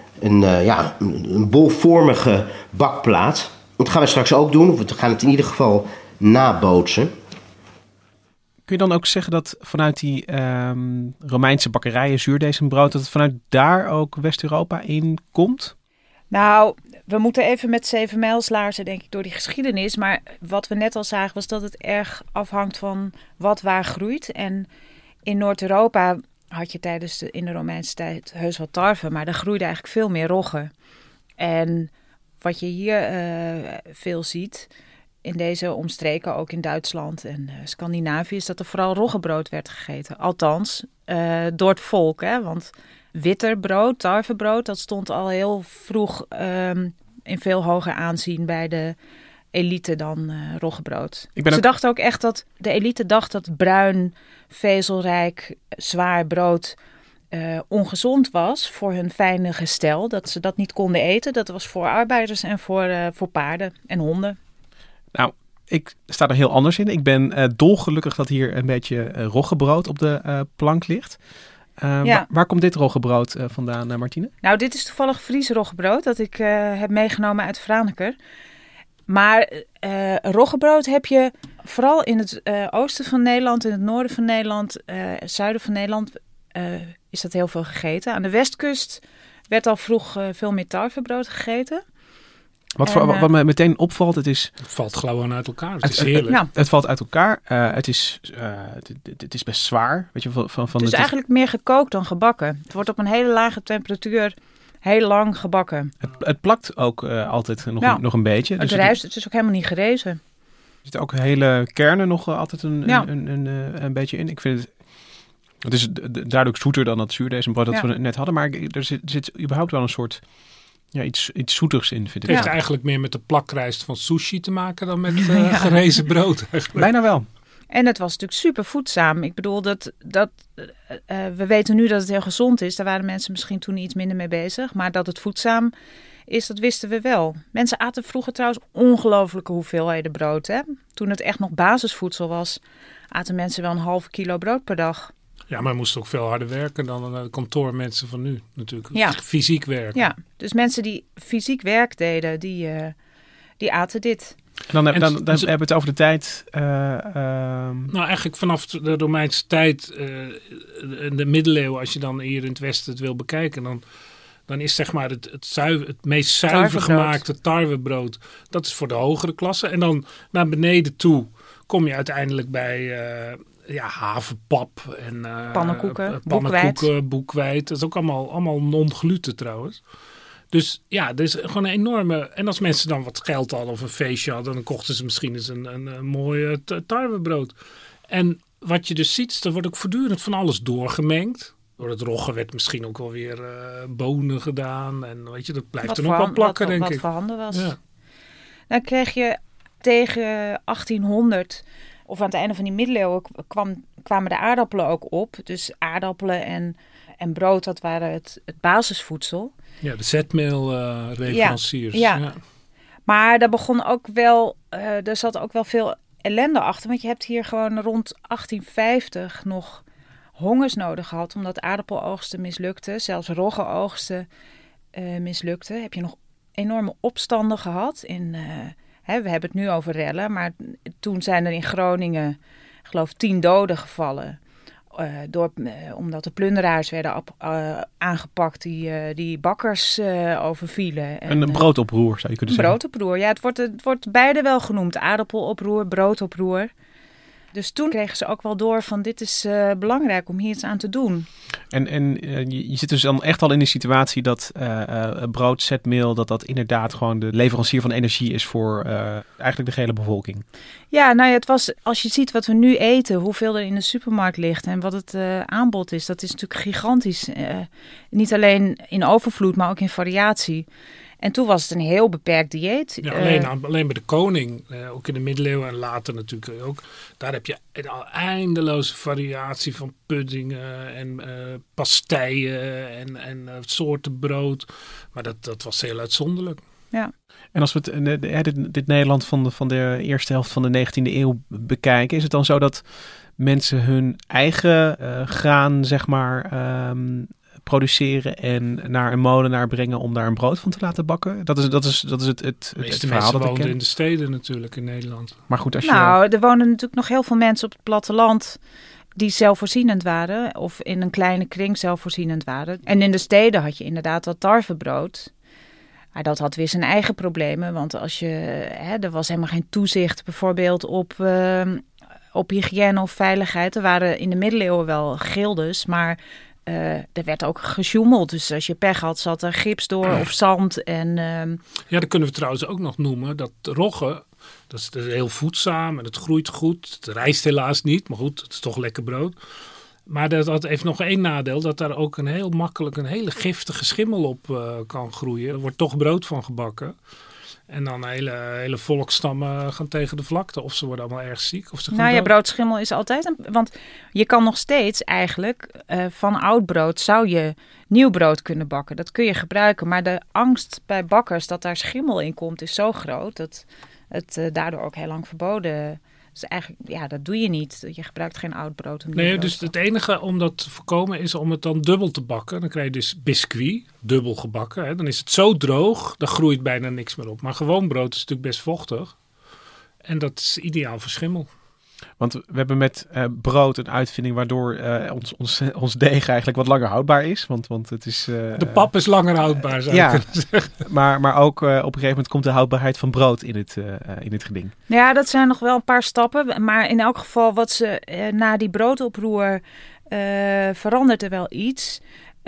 Een bolvormige bakplaat. Dat gaan we straks ook doen. Of we gaan het in ieder geval nabootsen. Kun je dan ook zeggen dat vanuit die Romeinse bakkerijen zuurdezenbrood, dat het vanuit daar ook West-Europa in komt? Nou, we moeten even met 7 mijlslaarzen denk ik door die geschiedenis. Maar wat we net al zagen was dat het erg afhangt van wat waar groeit. En in Noord-Europa had je in de Romeinse tijd heus wat tarwe, maar daar groeide eigenlijk veel meer rogge. En wat je hier veel ziet in deze omstreken, ook in Duitsland en Scandinavië, is dat er vooral roggebrood werd gegeten. Althans, door het volk. Hè? Want witterbrood, tarwebrood, dat stond al heel vroeg in veel hoger aanzien bij de elite dan roggebrood. Ze dachten ook echt dat de elite dacht dat bruin, vezelrijk, zwaar brood ongezond was voor hun fijne gestel. Dat ze dat niet konden eten. Dat was voor arbeiders en voor paarden en honden. Nou, ik sta er heel anders in. Ik ben dolgelukkig dat hier een beetje roggebrood op de plank ligt. Waar komt dit roggebrood vandaan, Martine? Nou, dit is toevallig Fries roggebrood dat ik heb meegenomen uit Franeker. Maar roggebrood heb je vooral in het oosten van Nederland, in het noorden van Nederland, zuiden van Nederland is dat heel veel gegeten. Aan de westkust werd al vroeg veel meer tarwebrood gegeten. Wat me meteen opvalt, het valt gewoon uit elkaar. Het is heerlijk. Het valt uit elkaar. Het is best zwaar. Weet je, het is eigenlijk meer gekookt dan gebakken. Het wordt op een hele lage temperatuur heel lang gebakken. Het plakt ook altijd nog een beetje. Dus het is ook helemaal niet gerezen. Er zitten ook hele kernen nog altijd een beetje in. Ik vind het is duidelijk zoeter dan dat zuurdezenbrood dat we net hadden. Maar er zit überhaupt wel een soort iets zoeters in, vind ik. Het heeft eigenlijk meer met de plakrijst van sushi te maken dan met gerezen brood eigenlijk. Bijna wel. En het was natuurlijk super voedzaam. Ik bedoel, we weten nu dat het heel gezond is. Daar waren mensen misschien toen iets minder mee bezig. Maar dat het voedzaam is, dat wisten we wel. Mensen aten vroeger trouwens ongelooflijke hoeveelheden brood. Hè? Toen het echt nog basisvoedsel was, aten mensen wel 1,5 kilo brood per dag. Ja, maar moesten ook veel harder werken dan de kantoormensen van nu natuurlijk. Fysiek werken. Ja, dus mensen die fysiek werk deden, die aten dit. Dan hebben we het over de tijd. Nou, eigenlijk vanaf de Romeinse tijd, de middeleeuwen, als je dan hier in het Westen het wil bekijken, Dan is zeg maar het meest zuiver gemaakte tarwebrood. Dat is voor de hogere klasse. En dan naar beneden toe kom je uiteindelijk bij haverpap en pannenkoeken, boekweit. Dat is ook allemaal non-gluten trouwens. Dus ja, er is gewoon een enorme... En als mensen dan wat geld hadden of een feestje hadden... dan kochten ze misschien eens een mooie tarwebrood. En wat je dus ziet, er wordt ook voortdurend van alles doorgemengd. Door het roggen werd misschien ook wel weer bonen gedaan. En weet je, dat blijft er ook wel plakken, denk ik. Wat voorhanden was. Ja. Dan kreeg je tegen 1800... of aan het einde van die middeleeuwen kwamen de aardappelen ook op. Dus aardappelen en brood, dat waren het basisvoedsel. Ja, de zetmeelleveranciers. Ja. Maar daar begon ook wel, er zat ook wel veel ellende achter. Want je hebt hier gewoon rond 1850 nog hongersnoden gehad. Omdat aardappeloogsten mislukten. Zelfs roggenoogsten mislukten. Heb je nog enorme opstanden gehad. We hebben het nu over rellen. Maar toen zijn er in Groningen, ik geloof 10 doden gevallen. Omdat de plunderaars werden aangepakt die bakkers overvielen. En een broodoproer zou je kunnen zeggen. Broodoproer, ja. Het wordt beide wel genoemd. Aardappeloproer, broodoproer. Dus toen kregen ze ook wel door van dit is belangrijk om hier iets aan te doen. En je zit dus dan echt al in de situatie dat brood, zetmeel, dat inderdaad gewoon de leverancier van energie is voor eigenlijk de hele bevolking. Ja, nou ja, het was, als je ziet wat we nu eten, hoeveel er in de supermarkt ligt en wat het aanbod is, dat is natuurlijk gigantisch. Niet alleen in overvloed, maar ook in variatie. En toen was het een heel beperkt dieet. Ja, alleen bij de koning, ook in de middeleeuwen en later natuurlijk ook. Daar heb je een eindeloze variatie van puddingen en pasteien en soorten brood. Maar dat was heel uitzonderlijk. Ja. En als we dit Nederland van de eerste helft van de 19e eeuw bekijken, is het dan zo dat mensen hun eigen graan, zeg maar, produceren en naar een molenaar brengen om daar een brood van te laten bakken? Dat is het verhaal dat ik ken. In de steden natuurlijk in Nederland. Maar goed, als je... Nou, er wonen natuurlijk nog heel veel mensen op het platteland die zelfvoorzienend waren of in een kleine kring zelfvoorzienend waren. En in de steden had je inderdaad dat tarwebrood. Maar dat had weer zijn eigen problemen, want er was helemaal geen toezicht bijvoorbeeld op hygiëne of veiligheid. Er waren in de middeleeuwen wel gildes, maar er werd ook gesjoemeld. Dus als je pech had, zat er gips door of zand. Ja, dat kunnen we trouwens ook nog noemen. Dat rogge, dat is heel voedzaam en het groeit goed. Het rijst helaas niet, maar goed, het is toch lekker brood. Maar dat heeft nog één nadeel, dat daar ook een hele giftige schimmel op kan groeien. Er wordt toch brood van gebakken. En dan hele volkstammen gaan tegen de vlakte. Of ze worden allemaal erg ziek. Of ze gaan dood. Broodschimmel is altijd... Want je kan nog steeds eigenlijk van oud brood zou je nieuw brood kunnen bakken. Dat kun je gebruiken. Maar de angst bij bakkers dat daar schimmel in komt is zo groot dat het daardoor ook heel lang verboden. Dus eigenlijk, ja, dat doe je niet. Je gebruikt geen oud brood. Dus het enige om dat te voorkomen is om het dan dubbel te bakken. Dan krijg je dus biscuit, dubbel gebakken. Hè. Dan is het zo droog, dan groeit bijna niks meer op. Maar gewoon brood is natuurlijk best vochtig. En dat is ideaal voor schimmel. Want we hebben met brood een uitvinding waardoor ons deeg eigenlijk wat langer houdbaar is. Want het is... de pap is langer houdbaar, zou je kunnen zeggen. Maar ook op een gegeven moment komt de houdbaarheid van brood in het geding. Ja, dat zijn nog wel een paar stappen. Maar in elk geval wat ze na die broodoproer verandert er wel iets.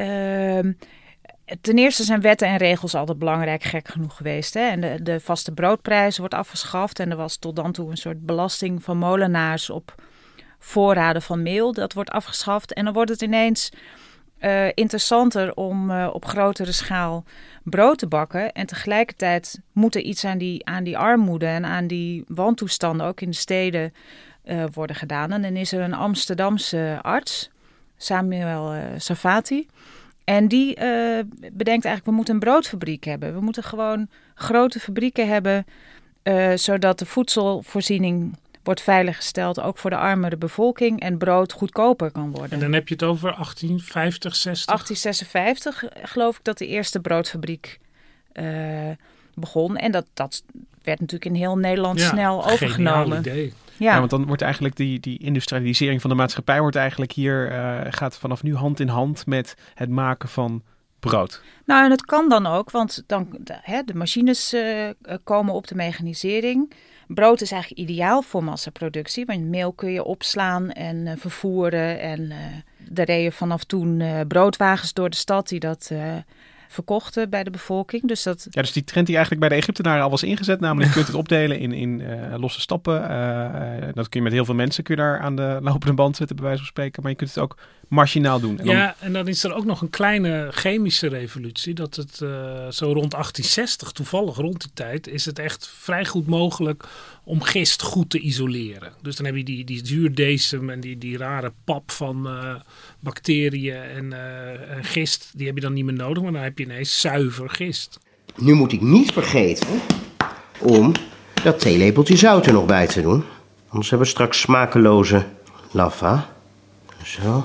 Ten eerste zijn wetten en regels altijd belangrijk, gek genoeg geweest. Hè? En de vaste broodprijs wordt afgeschaft. En er was tot dan toe een soort belasting van molenaars op voorraden van meel. Dat wordt afgeschaft. En dan wordt het ineens interessanter om op grotere schaal brood te bakken. En tegelijkertijd moet er iets aan die armoede en aan die wantoestanden, ook in de steden, worden gedaan. En dan is er een Amsterdamse arts, Samuel Sarfati. En die bedenkt eigenlijk, we moeten een broodfabriek hebben. We moeten gewoon grote fabrieken hebben, zodat de voedselvoorziening wordt veiliggesteld, ook voor de armere bevolking, en brood goedkoper kan worden. En dan heb je het over 1850, 60? 1856 geloof ik dat de eerste broodfabriek begon. En dat werd natuurlijk in heel Nederland snel overgenomen. Idee. Ja, want dan wordt eigenlijk die industrialisering van de maatschappij wordt eigenlijk hier gaat vanaf nu hand in hand met het maken van brood? Nou, en het kan dan ook, want de machines komen op de mechanisering. Brood is eigenlijk ideaal voor massaproductie, want meel kun je opslaan en vervoeren. En er reden vanaf toen broodwagens door de stad die dat verkochten bij de bevolking. Dus dus die trend die eigenlijk bij de Egyptenaren al was ingezet, namelijk je kunt het opdelen in losse stappen. Dat kun je met heel veel mensen daar aan de lopende band zetten, bij wijze van spreken. Maar je kunt het ook machinaal doen. En dan is er ook nog een kleine chemische revolutie. Dat het zo rond 1860, toevallig rond die tijd, is het echt vrij goed mogelijk om gist goed te isoleren. Dus dan heb je die zuurdesem en die rare pap van bacteriën en gist. Die heb je dan niet meer nodig, maar dan heb je ineens zuiver gist. Nu moet ik niet vergeten om dat theelepeltje zout er nog bij te doen. Anders hebben we straks smakeloze lava. Zo.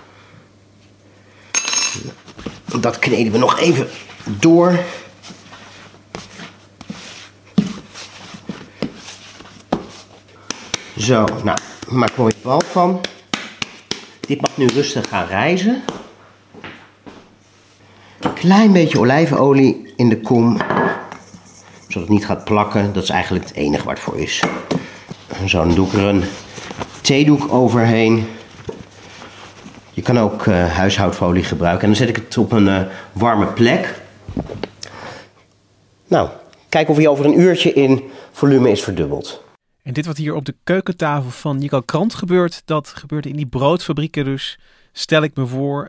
Dat kneden we nog even door. Zo, nou, maak er mooi bal van. Dit mag nu rustig gaan rijzen. Klein beetje olijfolie in de kom, zodat het niet gaat plakken. Dat is eigenlijk het enige waar het voor is. Zo, dan doe ik er een theedoek overheen. Je kan ook huishoudfolie gebruiken. En dan zet ik het op een warme plek. Nou, kijk of hij over een uurtje in volume is verdubbeld. En dit wat hier op de keukentafel van Yigal Krant gebeurt, dat gebeurde in die broodfabrieken dus, stel ik me voor,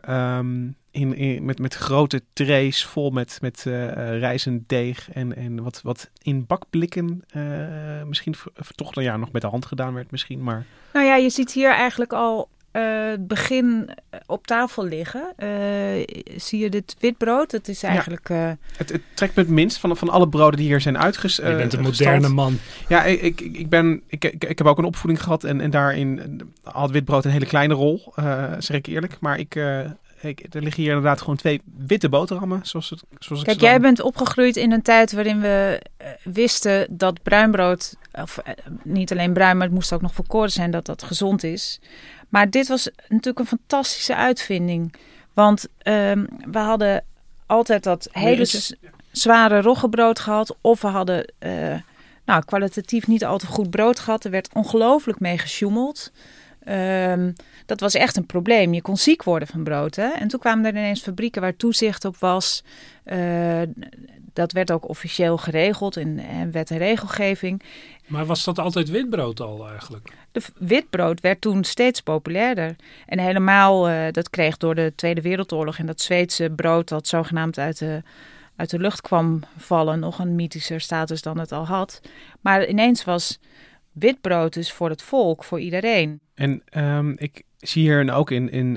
met grote trays vol met rijzend deeg en wat in bakblikken misschien toch nog met de hand gedaan werd misschien. Maar... Nou ja, je ziet hier eigenlijk al het begin op tafel liggen. Zie je dit witbrood? Het is eigenlijk... Het trekt me het minst van alle broden die hier zijn uitgestald. Je bent een moderne man. Ja, ik heb ook een opvoeding gehad en daarin had witbrood een hele kleine rol, zeg ik eerlijk. Maar er liggen hier inderdaad gewoon 2 witte boterhammen. Kijk, jij bent opgegroeid in een tijd waarin we wisten dat bruinbrood, of niet alleen bruin, maar het moest ook nog volkoren zijn, dat gezond is. Maar dit was natuurlijk een fantastische uitvinding. Want we hadden altijd dat hele zware roggebrood gehad. Of we hadden kwalitatief niet al te goed brood gehad. Er werd ongelooflijk mee gesjoemeld. Dat was echt een probleem. Je kon ziek worden van brood. Hè? En toen kwamen er ineens fabrieken waar toezicht op was. Dat werd ook officieel geregeld in wet en regelgeving. Maar was dat altijd witbrood al eigenlijk? De witbrood werd toen steeds populairder. En helemaal, dat kreeg door de Tweede Wereldoorlog en dat Zweedse brood dat zogenaamd uit de lucht kwam vallen, nog een mythischer status dan het al had. Maar ineens was witbrood dus voor het volk, voor iedereen. En ik zie hier ook in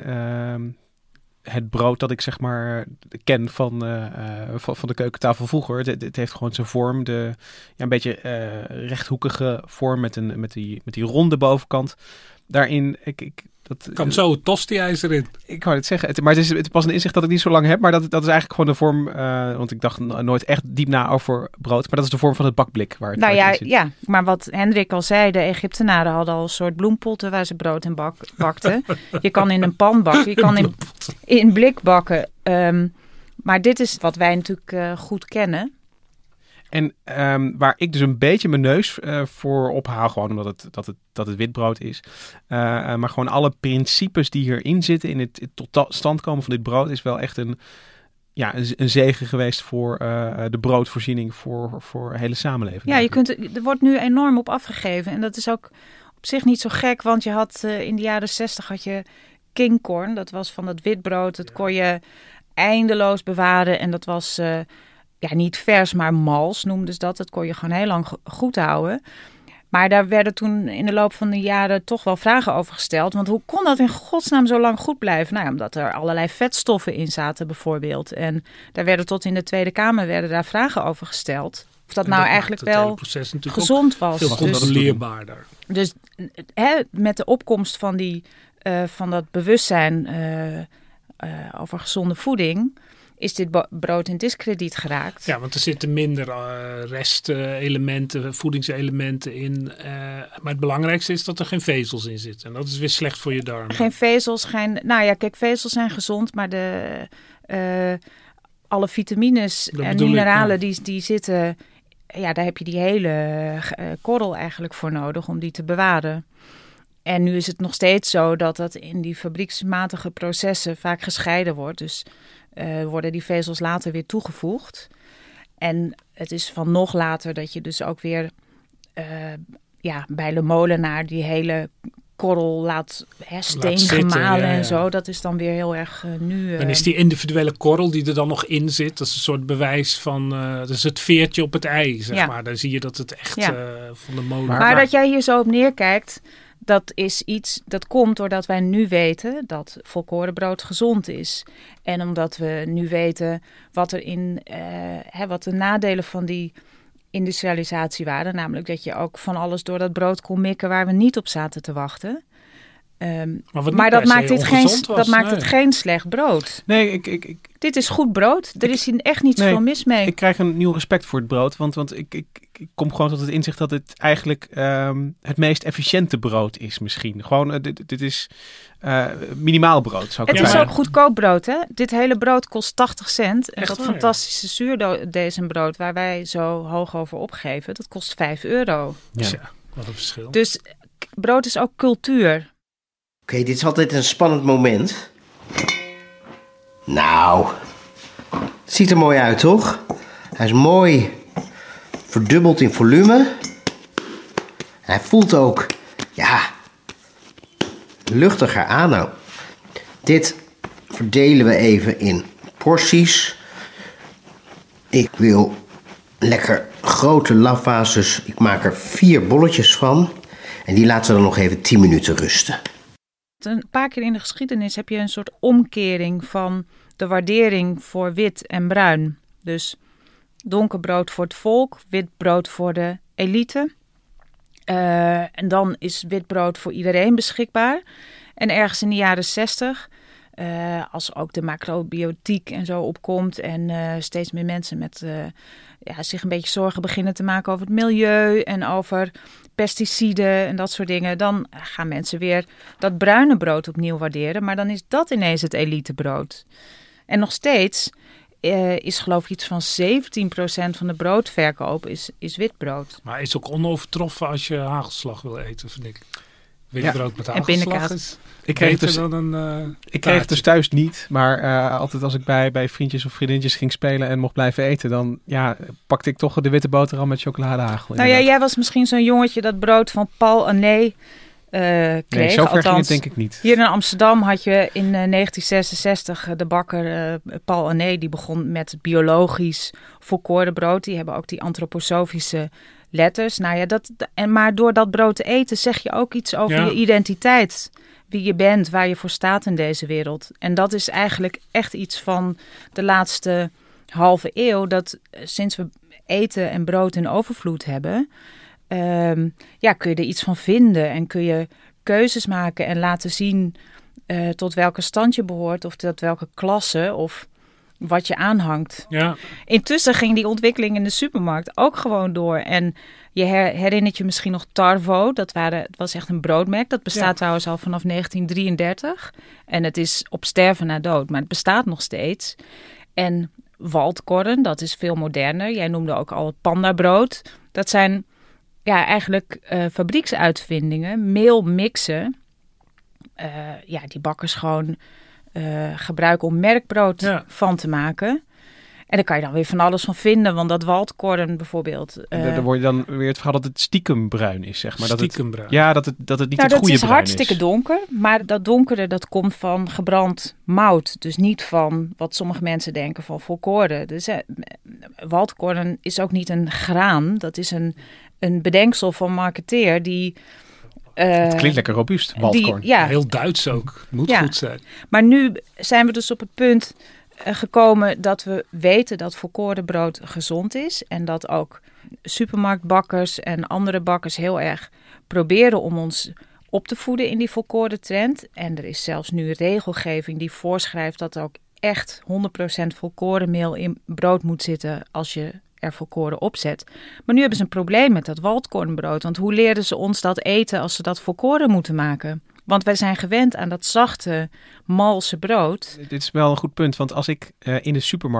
het brood dat ik zeg maar ken van de keukentafel vroeger. Het heeft gewoon zijn vorm, een beetje rechthoekige vorm met die ronde bovenkant. Daarin, dat kan zo het tosti-ijzer in. Ik wou het zeggen, maar het is pas een inzicht dat ik niet zo lang heb. Maar dat is eigenlijk gewoon de vorm, want ik dacht nooit echt diep na over brood. Maar dat is de vorm van het bakblik waar het in zit. Ja, maar wat Hendrik al zei, de Egyptenaren hadden al een soort bloempotten waar ze brood in bakten. Je kan in een pan bakken, je kan in blik bakken. Maar dit is wat wij natuurlijk goed kennen. En waar ik dus een beetje mijn neus voor ophaal, gewoon omdat het witbrood is. Maar gewoon alle principes die hierin zitten, in het tot stand komen van dit brood, is wel echt een zegen geweest voor de broodvoorziening voor de hele samenleving. Ja, er wordt nu enorm op afgegeven. En dat is ook op zich niet zo gek, want je had in de jaren 60 had je kingcorn. Dat was van dat witbrood, dat kon je eindeloos bewaren en dat was... niet vers, maar mals noemden ze dat. Dat kon je gewoon heel lang goed houden. Maar daar werden toen in de loop van de jaren toch wel vragen over gesteld. Want hoe kon dat in godsnaam zo lang goed blijven? Nou ja, omdat er allerlei vetstoffen in zaten bijvoorbeeld. En daar werden tot in de Tweede Kamer daar vragen over gesteld. Of dat nou eigenlijk wel gezond was. Veel controleerbaarder. Dus met de opkomst van dat bewustzijn over gezonde voeding... is dit brood in diskrediet geraakt. Ja, want er zitten minder restelementen, voedingselementen in. Maar het belangrijkste is dat er geen vezels in zitten. En dat is weer slecht voor je darmen. Geen vezels, vezels zijn gezond, maar alle vitamines Dat en bedoel ik, mineralen die zitten... Ja, daar heb je die hele korrel eigenlijk voor nodig om die te bewaren. En nu is het nog steeds zo dat in die fabrieksmatige processen vaak gescheiden wordt. Dus worden die vezels later weer toegevoegd. En het is van nog later dat je dus ook weer bij de molenaar die hele korrel laat steen gemalen en zo. Dat is dan weer heel erg nu... En is die individuele korrel die er dan nog in zit, dat is een soort bewijs van... dat is het veertje op het ei, zeg maar. Dan zie je dat het echt van de molen... Maar dat jij hier zo op neerkijkt, dat is iets... Dat komt doordat wij nu weten dat volkorenbrood gezond is. En omdat we nu weten wat wat de nadelen van die industrialisatie waren. Namelijk dat je ook van alles door dat brood kon mikken waar we niet op zaten te wachten. Maar dat maakt het geen slecht brood. Nee, dit is goed brood. Er is hier echt niet veel mis mee. Ik krijg een nieuw respect voor het brood. Want ik kom gewoon tot het inzicht dat het eigenlijk het meest efficiënte brood is misschien. Gewoon, dit is minimaal brood, zou ik Het is zeggen. ook goedkoop brood, hè? Dit hele brood kost 80 cent. En Echt dat waar? fantastische zuurdezenbrood waar wij zo hoog over opgeven, dat kost €5. Ja. Tja, wat een verschil. Dus brood is ook cultuur. Oké, dit is altijd een spannend moment. Nou, het ziet er mooi uit, toch? Hij is mooi verdubbeld in volume. Hij voelt ook, luchtiger aan. Nou, dit verdelen we even in porties. Ik wil lekker grote lava's, dus ik maak er 4 bolletjes van. En die laten we dan nog even 10 minuten rusten. Een paar keer in de geschiedenis heb je een soort omkering van de waardering voor wit en bruin. Dus donker brood voor het volk, wit brood voor de elite. En dan is wit brood voor iedereen beschikbaar. En ergens in de jaren 60, als ook de macrobiotiek en zo opkomt en steeds meer mensen met zich een beetje zorgen beginnen te maken over het milieu en over pesticiden en dat soort dingen, dan gaan mensen weer dat bruine brood opnieuw waarderen. Maar dan is dat ineens het elitebrood. En nog steeds is geloof ik iets van 17% van de broodverkoop is witbrood. Maar is ook onovertroffen als je hagelslag wil eten, vind ik. Witbrood met en hagelslag pindakaas. is Ik kreeg beter dan een Ik kreeg het dus thuis niet, maar altijd als ik bij vriendjes of vriendinnetjes ging spelen en mocht blijven eten, dan pakte ik toch de witte boterham met chocoladehagel. Nou ja, jij was misschien zo'n jongetje dat brood van Paul Ané kreeg. Nee, zover ging het Althans, denk ik niet. hier in Amsterdam had je in 1966 de bakker Paul Ané, die begon met biologisch volkoren brood. Die hebben ook die antroposofische letters. Nou ja, maar door dat brood te eten zeg je ook iets over je identiteit. Wie je bent, waar je voor staat in deze wereld. En dat is eigenlijk echt iets van de laatste halve eeuw. Dat sinds we eten en brood in overvloed hebben, kun je er iets van vinden. En kun je keuzes maken en laten zien tot welke stand je behoort. Of tot welke klasse of wat je aanhangt. Ja. Intussen ging die ontwikkeling in de supermarkt ook gewoon door. En je herinnert je misschien nog Tarvo. Het was echt een broodmerk. Dat bestaat trouwens al vanaf 1933. En het is op sterven na dood. Maar het bestaat nog steeds. En Waldkorn, dat is veel moderner. Jij noemde ook al het pandabrood. Dat zijn eigenlijk fabrieksuitvindingen. Meel mixen. Die bakkers gewoon gebruiken om merkbrood van te maken. En daar kan je dan weer van alles van vinden. Want dat Waldkorn bijvoorbeeld. Daar word je dan weer het verhaal dat het stiekem bruin is, zeg maar. Stiekem bruin. Ja, dat het niet het goede bruin is. Dat is hartstikke donker. Maar dat donkere, dat komt van gebrand mout. Dus niet van wat sommige mensen denken van volkoren. Dus Waldkorn is ook niet een graan. Dat is een bedenksel van marketeer die... het klinkt lekker robuust, Waldkorn. Heel Duits ook. Moet goed zijn. Maar nu zijn we dus op het punt gekomen dat we weten dat volkoren brood gezond is. En dat ook supermarktbakkers en andere bakkers heel erg proberen om ons op te voeden in die volkoren trend. En er is zelfs nu regelgeving die voorschrijft dat er ook echt 100% volkorenmeel in brood moet zitten als je er volkoren opzet. Maar nu hebben ze een probleem met dat Waldkornbrood. Want hoe leerden ze ons dat eten als ze dat volkoren moeten maken? Want wij zijn gewend aan dat zachte, malse brood. Dit is wel een goed punt, want als ik in de supermarkt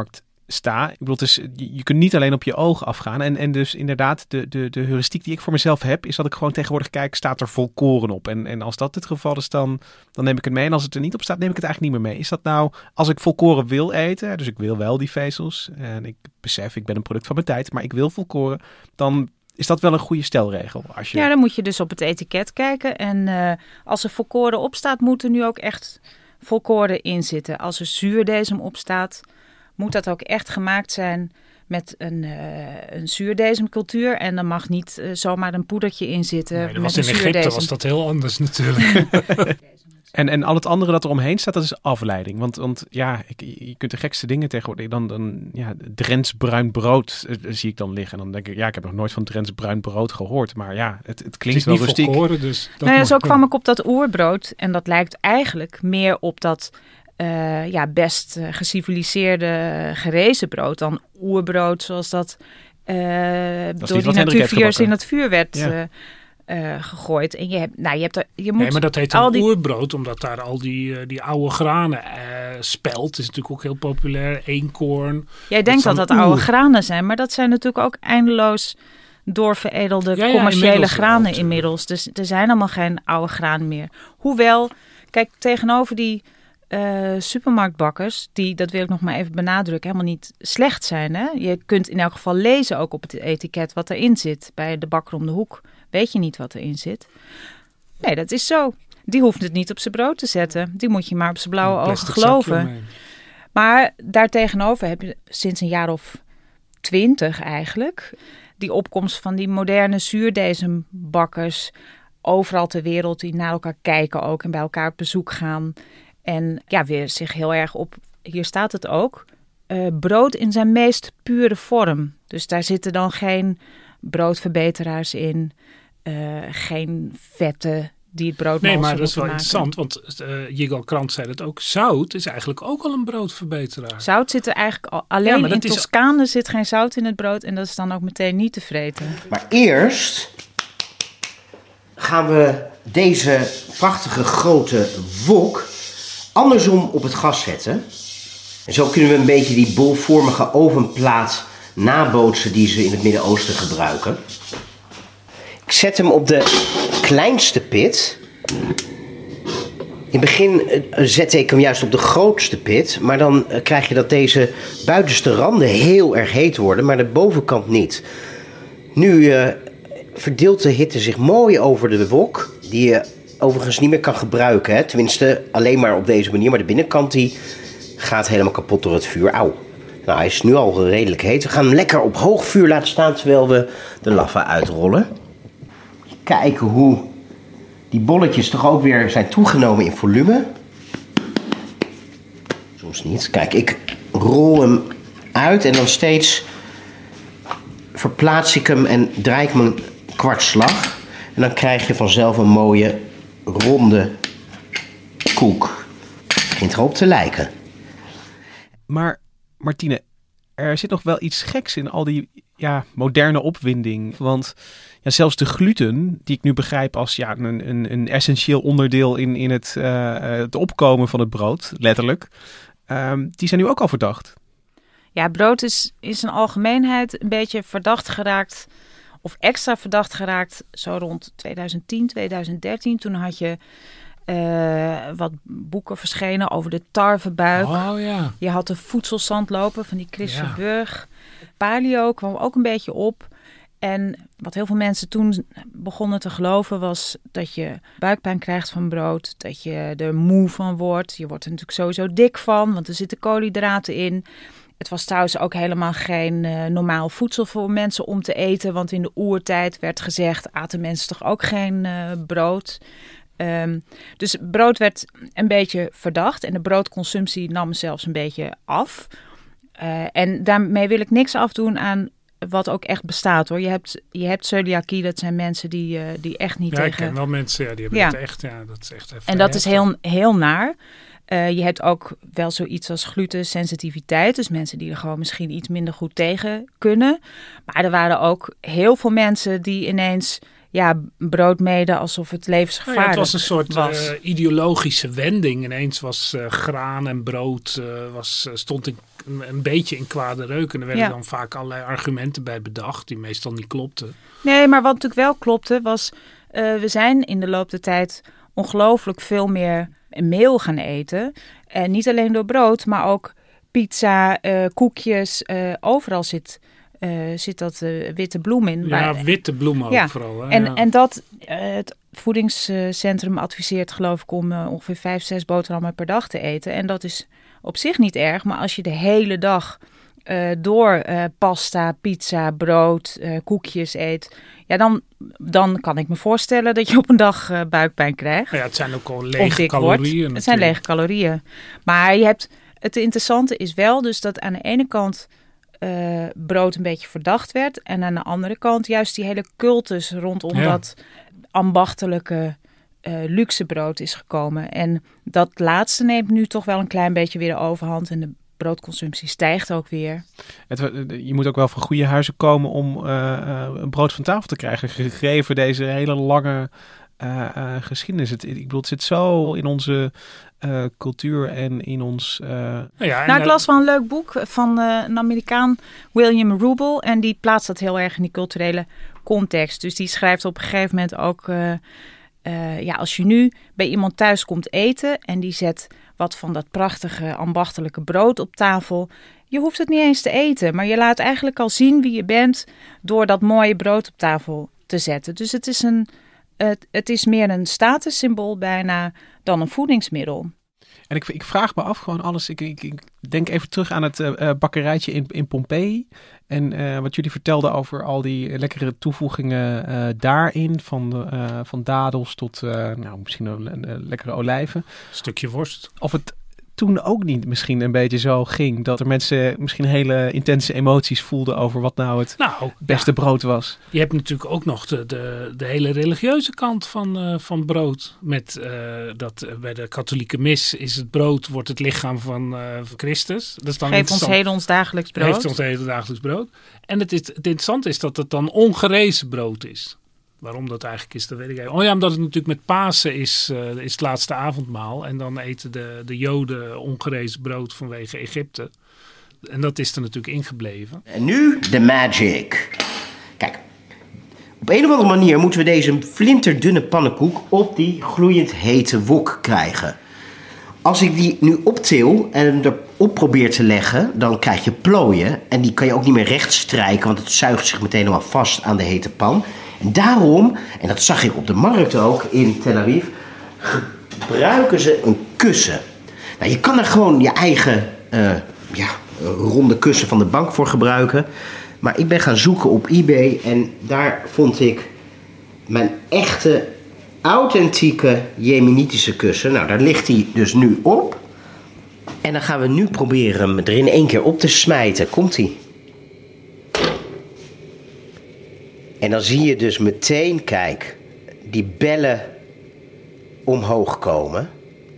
sta. Ik bedoel, je kunt niet alleen op je ogen afgaan. En dus inderdaad, de heuristiek die ik voor mezelf heb, is dat ik gewoon tegenwoordig kijk, staat er volkoren op. En als dat het geval is, dan neem ik het mee. En als het er niet op staat, neem ik het eigenlijk niet meer mee. Is dat nou, als ik volkoren wil eten, dus ik wil wel die vezels, en ik besef, ik ben een product van mijn tijd, maar ik wil volkoren, dan is dat wel een goede stelregel. Ja, dan moet je dus op het etiket kijken. En als er volkoren op staat, moet er nu ook echt volkoren in zitten. Als er zuurdesem op staat, moet dat ook echt gemaakt zijn met een zuurdesemcultuur. En dan mag niet zomaar een poedertje in zitten. Nee, dat was in Egypte was dat heel anders natuurlijk. En al het andere dat er omheen staat, dat is afleiding. Want ja, je kunt de gekste dingen tegenwoordig. Dan Drents bruin brood zie ik dan liggen. En dan denk ik, ja, ik heb nog nooit van Drents bruin brood gehoord. Maar ja, het klinkt wel rustiek. Volkoren, dus zo kwam ik op dat oerbrood. En dat lijkt eigenlijk meer op dat best geciviliseerde gerezen brood dan oerbrood, zoals dat door die natuurviers in het vuur werd gegooid. En je moet nee, maar dat heet een oerbrood, omdat daar al die oude granen spelt. Is natuurlijk ook heel populair. Eenkorn. Jij denkt dat oude granen zijn, maar dat zijn natuurlijk ook eindeloos doorveredelde commerciële granen inmiddels. Dus er zijn allemaal geen oude graan meer. Hoewel, kijk, tegenover die supermarktbakkers, die, dat wil ik nog maar even benadrukken, helemaal niet slecht zijn. Hè? Je kunt in elk geval lezen ook op het etiket wat erin zit. Bij de bakker om de hoek weet je niet wat erin zit. Nee, dat is zo. Die hoeft het niet op zijn brood te zetten. Die moet je maar op zijn blauwe ogen geloven. Maar daartegenover heb je sinds een jaar of 20 eigenlijk die opkomst van die moderne zuurdesembakkers overal ter wereld die naar elkaar kijken ook en bij elkaar op bezoek gaan. En ja, weer zich heel erg op, hier staat het ook, brood in zijn meest pure vorm. Dus daar zitten dan geen broodverbeteraars in, geen vetten die het brood nee, maar dat is wel interessant, want Yigal Krant zei dat ook. Zout is eigenlijk ook al een broodverbeteraar. Zout zit er eigenlijk al, alleen in Toscane zit geen zout in het brood en dat is dan ook meteen niet te vreten. Maar eerst gaan we deze prachtige grote wok andersom op het gas zetten. En zo kunnen we een beetje die bolvormige ovenplaat nabootsen die ze in het Midden-Oosten gebruiken. Ik zet hem op de kleinste pit. In het begin zette ik hem juist op de grootste pit. Maar dan krijg je dat deze buitenste randen heel erg heet worden, maar de bovenkant niet. Nu verdeelt de hitte zich mooi over de wok, die je overigens niet meer kan gebruiken. Hè? Tenminste, alleen maar op deze manier. Maar de binnenkant die gaat helemaal kapot door het vuur. Auw. Nou, hij is nu al redelijk heet. We gaan hem lekker op hoog vuur laten staan terwijl we de lava uitrollen. Kijken hoe die bolletjes toch ook weer zijn toegenomen in volume. Soms niet. Kijk, ik rol hem uit en dan steeds verplaats ik hem en draai ik hem een kwartslag. En dan krijg je vanzelf een mooie ronde koek. Het begint erop te lijken. Maar Martine, er zit nog wel iets geks in al die moderne opwinding. Want zelfs de gluten, die ik nu begrijp als een essentieel onderdeel in het opkomen van het brood, letterlijk, die zijn nu ook al verdacht. Ja, brood is in zijn algemeenheid een beetje verdacht geraakt, of extra verdacht geraakt, zo rond 2010, 2013. Toen had je wat boeken verschenen over de tarwebuik. Oh, ja. Je had de voedselzandloper van die Chris Verburg. Paleo kwam ook een beetje op. En wat heel veel mensen toen begonnen te geloven was dat je buikpijn krijgt van brood. Dat je er moe van wordt. Je wordt er natuurlijk sowieso dik van, want er zitten koolhydraten in. Het was trouwens ook helemaal geen normaal voedsel voor mensen om te eten. Want in de oertijd werd gezegd, aten mensen toch ook geen brood. Dus brood werd een beetje verdacht en de broodconsumptie nam zelfs een beetje af. En daarmee wil ik niks afdoen aan wat ook echt bestaat, hoor. Je hebt celiakie, dat zijn mensen die echt niet tegen... Ja, ik ken wel mensen, die hebben het echt, dat is echt en dat is heel, heel naar. Je hebt ook wel zoiets als glutensensitiviteit. Dus mensen die er gewoon misschien iets minder goed tegen kunnen. Maar er waren ook heel veel mensen die ineens brood mede alsof het levensgevaarlijk het was een soort was. ideologische wending. Ineens was graan en brood stond een beetje in kwade reuk. En er werden dan vaak allerlei argumenten bij bedacht die meestal niet klopten. Nee, maar wat natuurlijk wel klopte was... we zijn in de loop der tijd ongelooflijk veel meer meel gaan eten. En niet alleen door brood, maar ook pizza, koekjes. Overal zit dat witte bloem in. Ja, witte bloem ook vooral. Hè? En dat het voedingscentrum adviseert geloof ik om ongeveer 5-6 boterhammen per dag te eten. En dat is op zich niet erg, maar als je de hele dag door pasta, pizza, brood, koekjes eet... Ja, dan kan ik me voorstellen dat je op een dag buikpijn krijgt. Ja, het zijn ook al lege calorieën. Het zijn lege calorieën. Maar het interessante is wel dus dat aan de ene kant brood een beetje verdacht werd. En aan de andere kant juist die hele cultus rondom dat ambachtelijke luxe brood is gekomen. En dat laatste neemt nu toch wel een klein beetje weer de overhand. En de broodconsumptie stijgt ook weer. Je moet ook wel van goede huizen komen om een brood van tafel te krijgen. Gegeven deze hele lange geschiedenis. Ik bedoel, het zit zo in onze cultuur en in ons... ik las wel een leuk boek van een Amerikaan, William Rubel. En die plaatst dat heel erg in die culturele context. Dus die schrijft op een gegeven moment ook... als je nu bij iemand thuis komt eten en die zet wat van dat prachtige ambachtelijke brood op tafel. Je hoeft het niet eens te eten, maar je laat eigenlijk al zien wie je bent door dat mooie brood op tafel te zetten. Dus het is meer een statussymbool bijna dan een voedingsmiddel. En ik vraag me af gewoon alles. Ik denk even terug aan het bakkerijtje in Pompeii. En wat jullie vertelden over al die lekkere toevoegingen daarin. Van dadels tot misschien een lekkere olijven. Stukje worst. Of het toen ook niet misschien een beetje zo ging. Dat er mensen misschien hele intense emoties voelden over wat nou het beste brood was. Je hebt natuurlijk ook nog de hele religieuze kant van brood. Met dat bij de katholieke mis is het brood, wordt het lichaam van Christus. Dat is dan Geef ons heel ons dagelijks brood. Geeft ons heel dagelijks brood. En het interessante is dat het dan ongerezen brood is. Waarom dat eigenlijk is, dat weet ik eigenlijk. Omdat het natuurlijk met Pasen is het laatste avondmaal. En dan eten de Joden ongerezen brood vanwege Egypte. En dat is er natuurlijk ingebleven. En nu de magic. Kijk, op een of andere manier moeten we deze flinterdunne pannenkoek op die gloeiend hete wok krijgen. Als ik die nu optil en erop probeer te leggen, dan krijg je plooien. En die kan je ook niet meer recht strijken, want het zuigt zich meteen helemaal vast aan de hete pan. En daarom, en dat zag ik op de markt ook in Tel Aviv, gebruiken ze een kussen. Nou, je kan er gewoon je eigen ronde kussen van de bank voor gebruiken. Maar ik ben gaan zoeken op eBay en daar vond ik mijn echte, authentieke jemenitische kussen. Nou, daar ligt hij dus nu op. En dan gaan we nu proberen hem er in één keer op te smijten. Komt-ie. En dan zie je dus meteen, kijk, die bellen omhoog komen.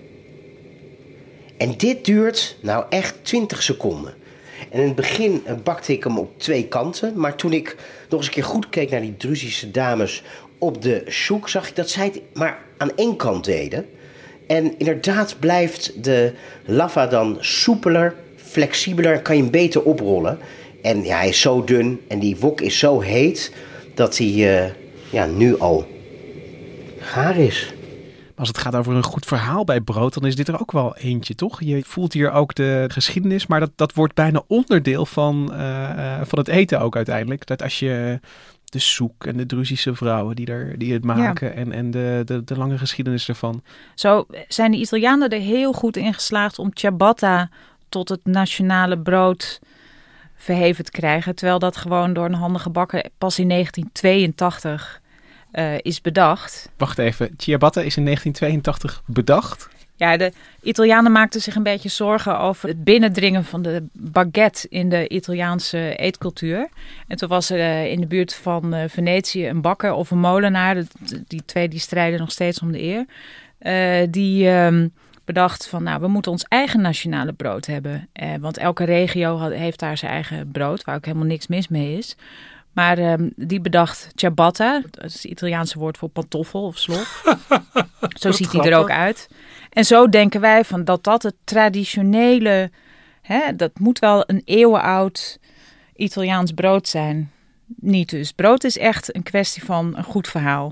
En dit duurt nou echt 20 seconden. En in het begin bakte ik hem op 2 kanten. Maar toen ik nog eens een keer goed keek naar die Druzische dames op de souk, zag ik dat zij het maar aan 1 kant deden. En inderdaad blijft de lava dan soepeler, flexibeler, kan je hem beter oprollen. En ja, hij is zo dun en die wok is zo heet dat hij nu al gaar is. Als het gaat over een goed verhaal bij brood, dan is dit er ook wel eentje, toch? Je voelt hier ook de geschiedenis, maar dat wordt bijna onderdeel van het eten ook uiteindelijk. Dat als je de souk en de Druzische vrouwen die het maken en de lange geschiedenis ervan. Zo zijn de Italianen er heel goed in geslaagd om ciabatta tot het nationale brood verheven te krijgen. Terwijl dat gewoon door een handige bakker pas in 1982 is bedacht. Wacht even, ciabatta is in 1982 bedacht? Ja, de Italianen maakten zich een beetje zorgen over het binnendringen van de baguette in de Italiaanse eetcultuur. En toen was er in de buurt van Venetië een bakker of een molenaar, die twee die strijden nog steeds om de eer, die bedacht van, we moeten ons eigen nationale brood hebben. Want elke regio heeft daar zijn eigen brood, waar ook helemaal niks mis mee is. Maar die bedacht ciabatta. Dat is het Italiaanse woord voor pantoffel of slof. Zo ziet hij er ook uit. En zo denken wij van dat het traditionele... dat moet wel een eeuwenoud Italiaans brood zijn. Niet dus. Brood is echt een kwestie van een goed verhaal.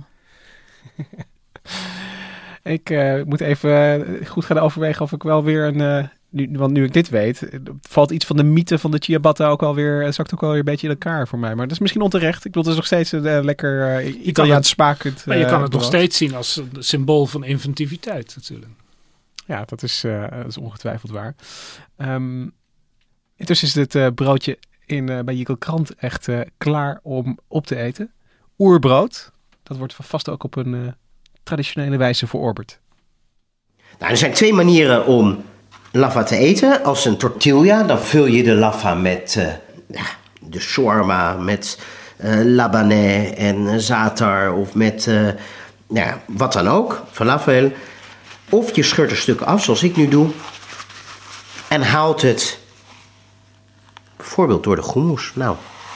Ik moet even goed gaan overwegen of ik wel weer want nu ik dit weet, valt iets van de mythe van de ciabatta ook alweer, zakt ook alweer een beetje in elkaar voor mij. Maar dat is misschien onterecht. Ik bedoel, het is nog steeds een lekker Italiaans smakend. Maar je kan het nog steeds zien als een symbool van inventiviteit natuurlijk. Ja, dat is ongetwijfeld waar. Intussen is dit broodje bij Jiggle Krant echt klaar om op te eten. Oerbrood. Dat wordt vast ook op een traditionele wijze verorberd. Nou, er zijn 2 manieren om laffa te eten. Als een tortilla, dan vul je de laffa met de shawarma, met labanais en zaatar of met wat dan ook, falafel. Of je scheurt een stuk af, zoals ik nu doe, en haalt het bijvoorbeeld door de hummus. Nou.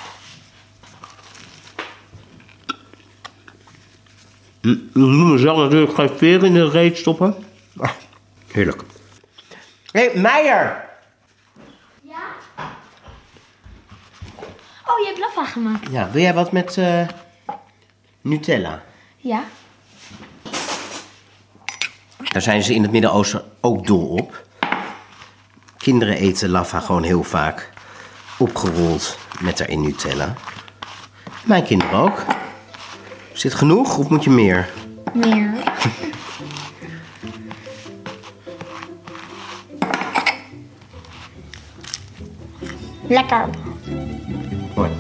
Ik moet mezelf natuurlijk geen veer in de reet stoppen. Heerlijk. Hé, Meijer! Ja? Oh, je hebt laffa gemaakt. Ja, wil jij wat met Nutella? Ja. Daar zijn ze in het Midden-Oosten ook dol op. Kinderen eten laffa gewoon heel vaak opgerold met daarin Nutella. Mijn kinderen ook. Is dit genoeg of moet je meer? Meer. Lekker. Mooi.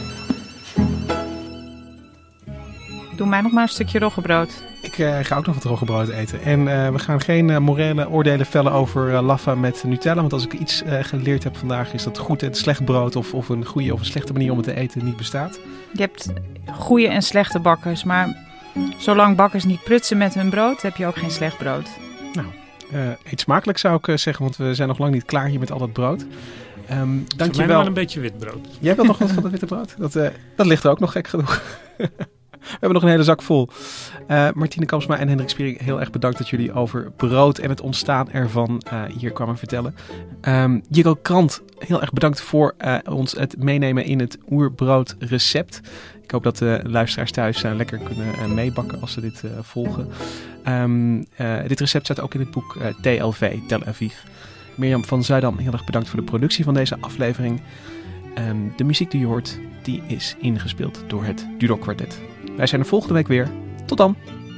Doe mij nog maar een stukje roggebrood. Ik ga ook nog wat roggebrood eten. En we gaan geen morele oordelen vellen over laffa met Nutella. Want als ik iets geleerd heb vandaag is dat goed en slecht brood of een goede of een slechte manier om het te eten niet bestaat. Je hebt goede en slechte bakkers, maar zolang bakkers niet prutsen met hun brood, heb je ook geen slecht brood. Nou, eet smakelijk zou ik zeggen, want we zijn nog lang niet klaar hier met al dat brood. Dankjewel. Wel een beetje witbrood. Jij wilt nog wat van het witte brood? Dat ligt er ook nog gek genoeg. We hebben nog een hele zak vol. Martine Kampsma en Hendrik Spiering, heel erg bedankt dat jullie over brood en het ontstaan ervan hier kwamen vertellen. Jiggle Krant, heel erg bedankt voor ons het meenemen in het oerbroodrecept. Ik hoop dat de luisteraars thuis lekker kunnen meebakken als ze dit volgen. Dit recept staat ook in het boek TLV, Tel Aviv. Mirjam van Zuidam, heel erg bedankt voor de productie van deze aflevering. De muziek die je hoort, die is ingespeeld door het Dudok Kwartet. Wij zijn er volgende week weer. Tot dan!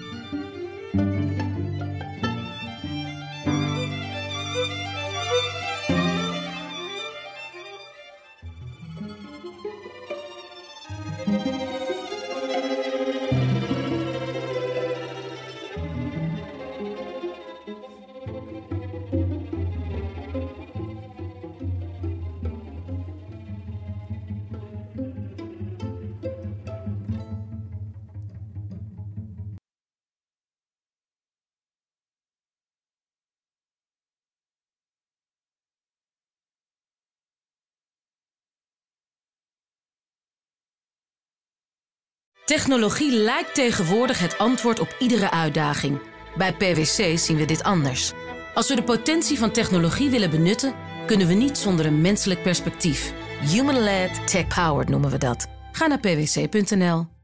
Technologie lijkt tegenwoordig het antwoord op iedere uitdaging. Bij PwC zien we dit anders. Als we de potentie van technologie willen benutten, kunnen we niet zonder een menselijk perspectief. Human-led, tech-powered noemen we dat. Ga naar pwc.nl.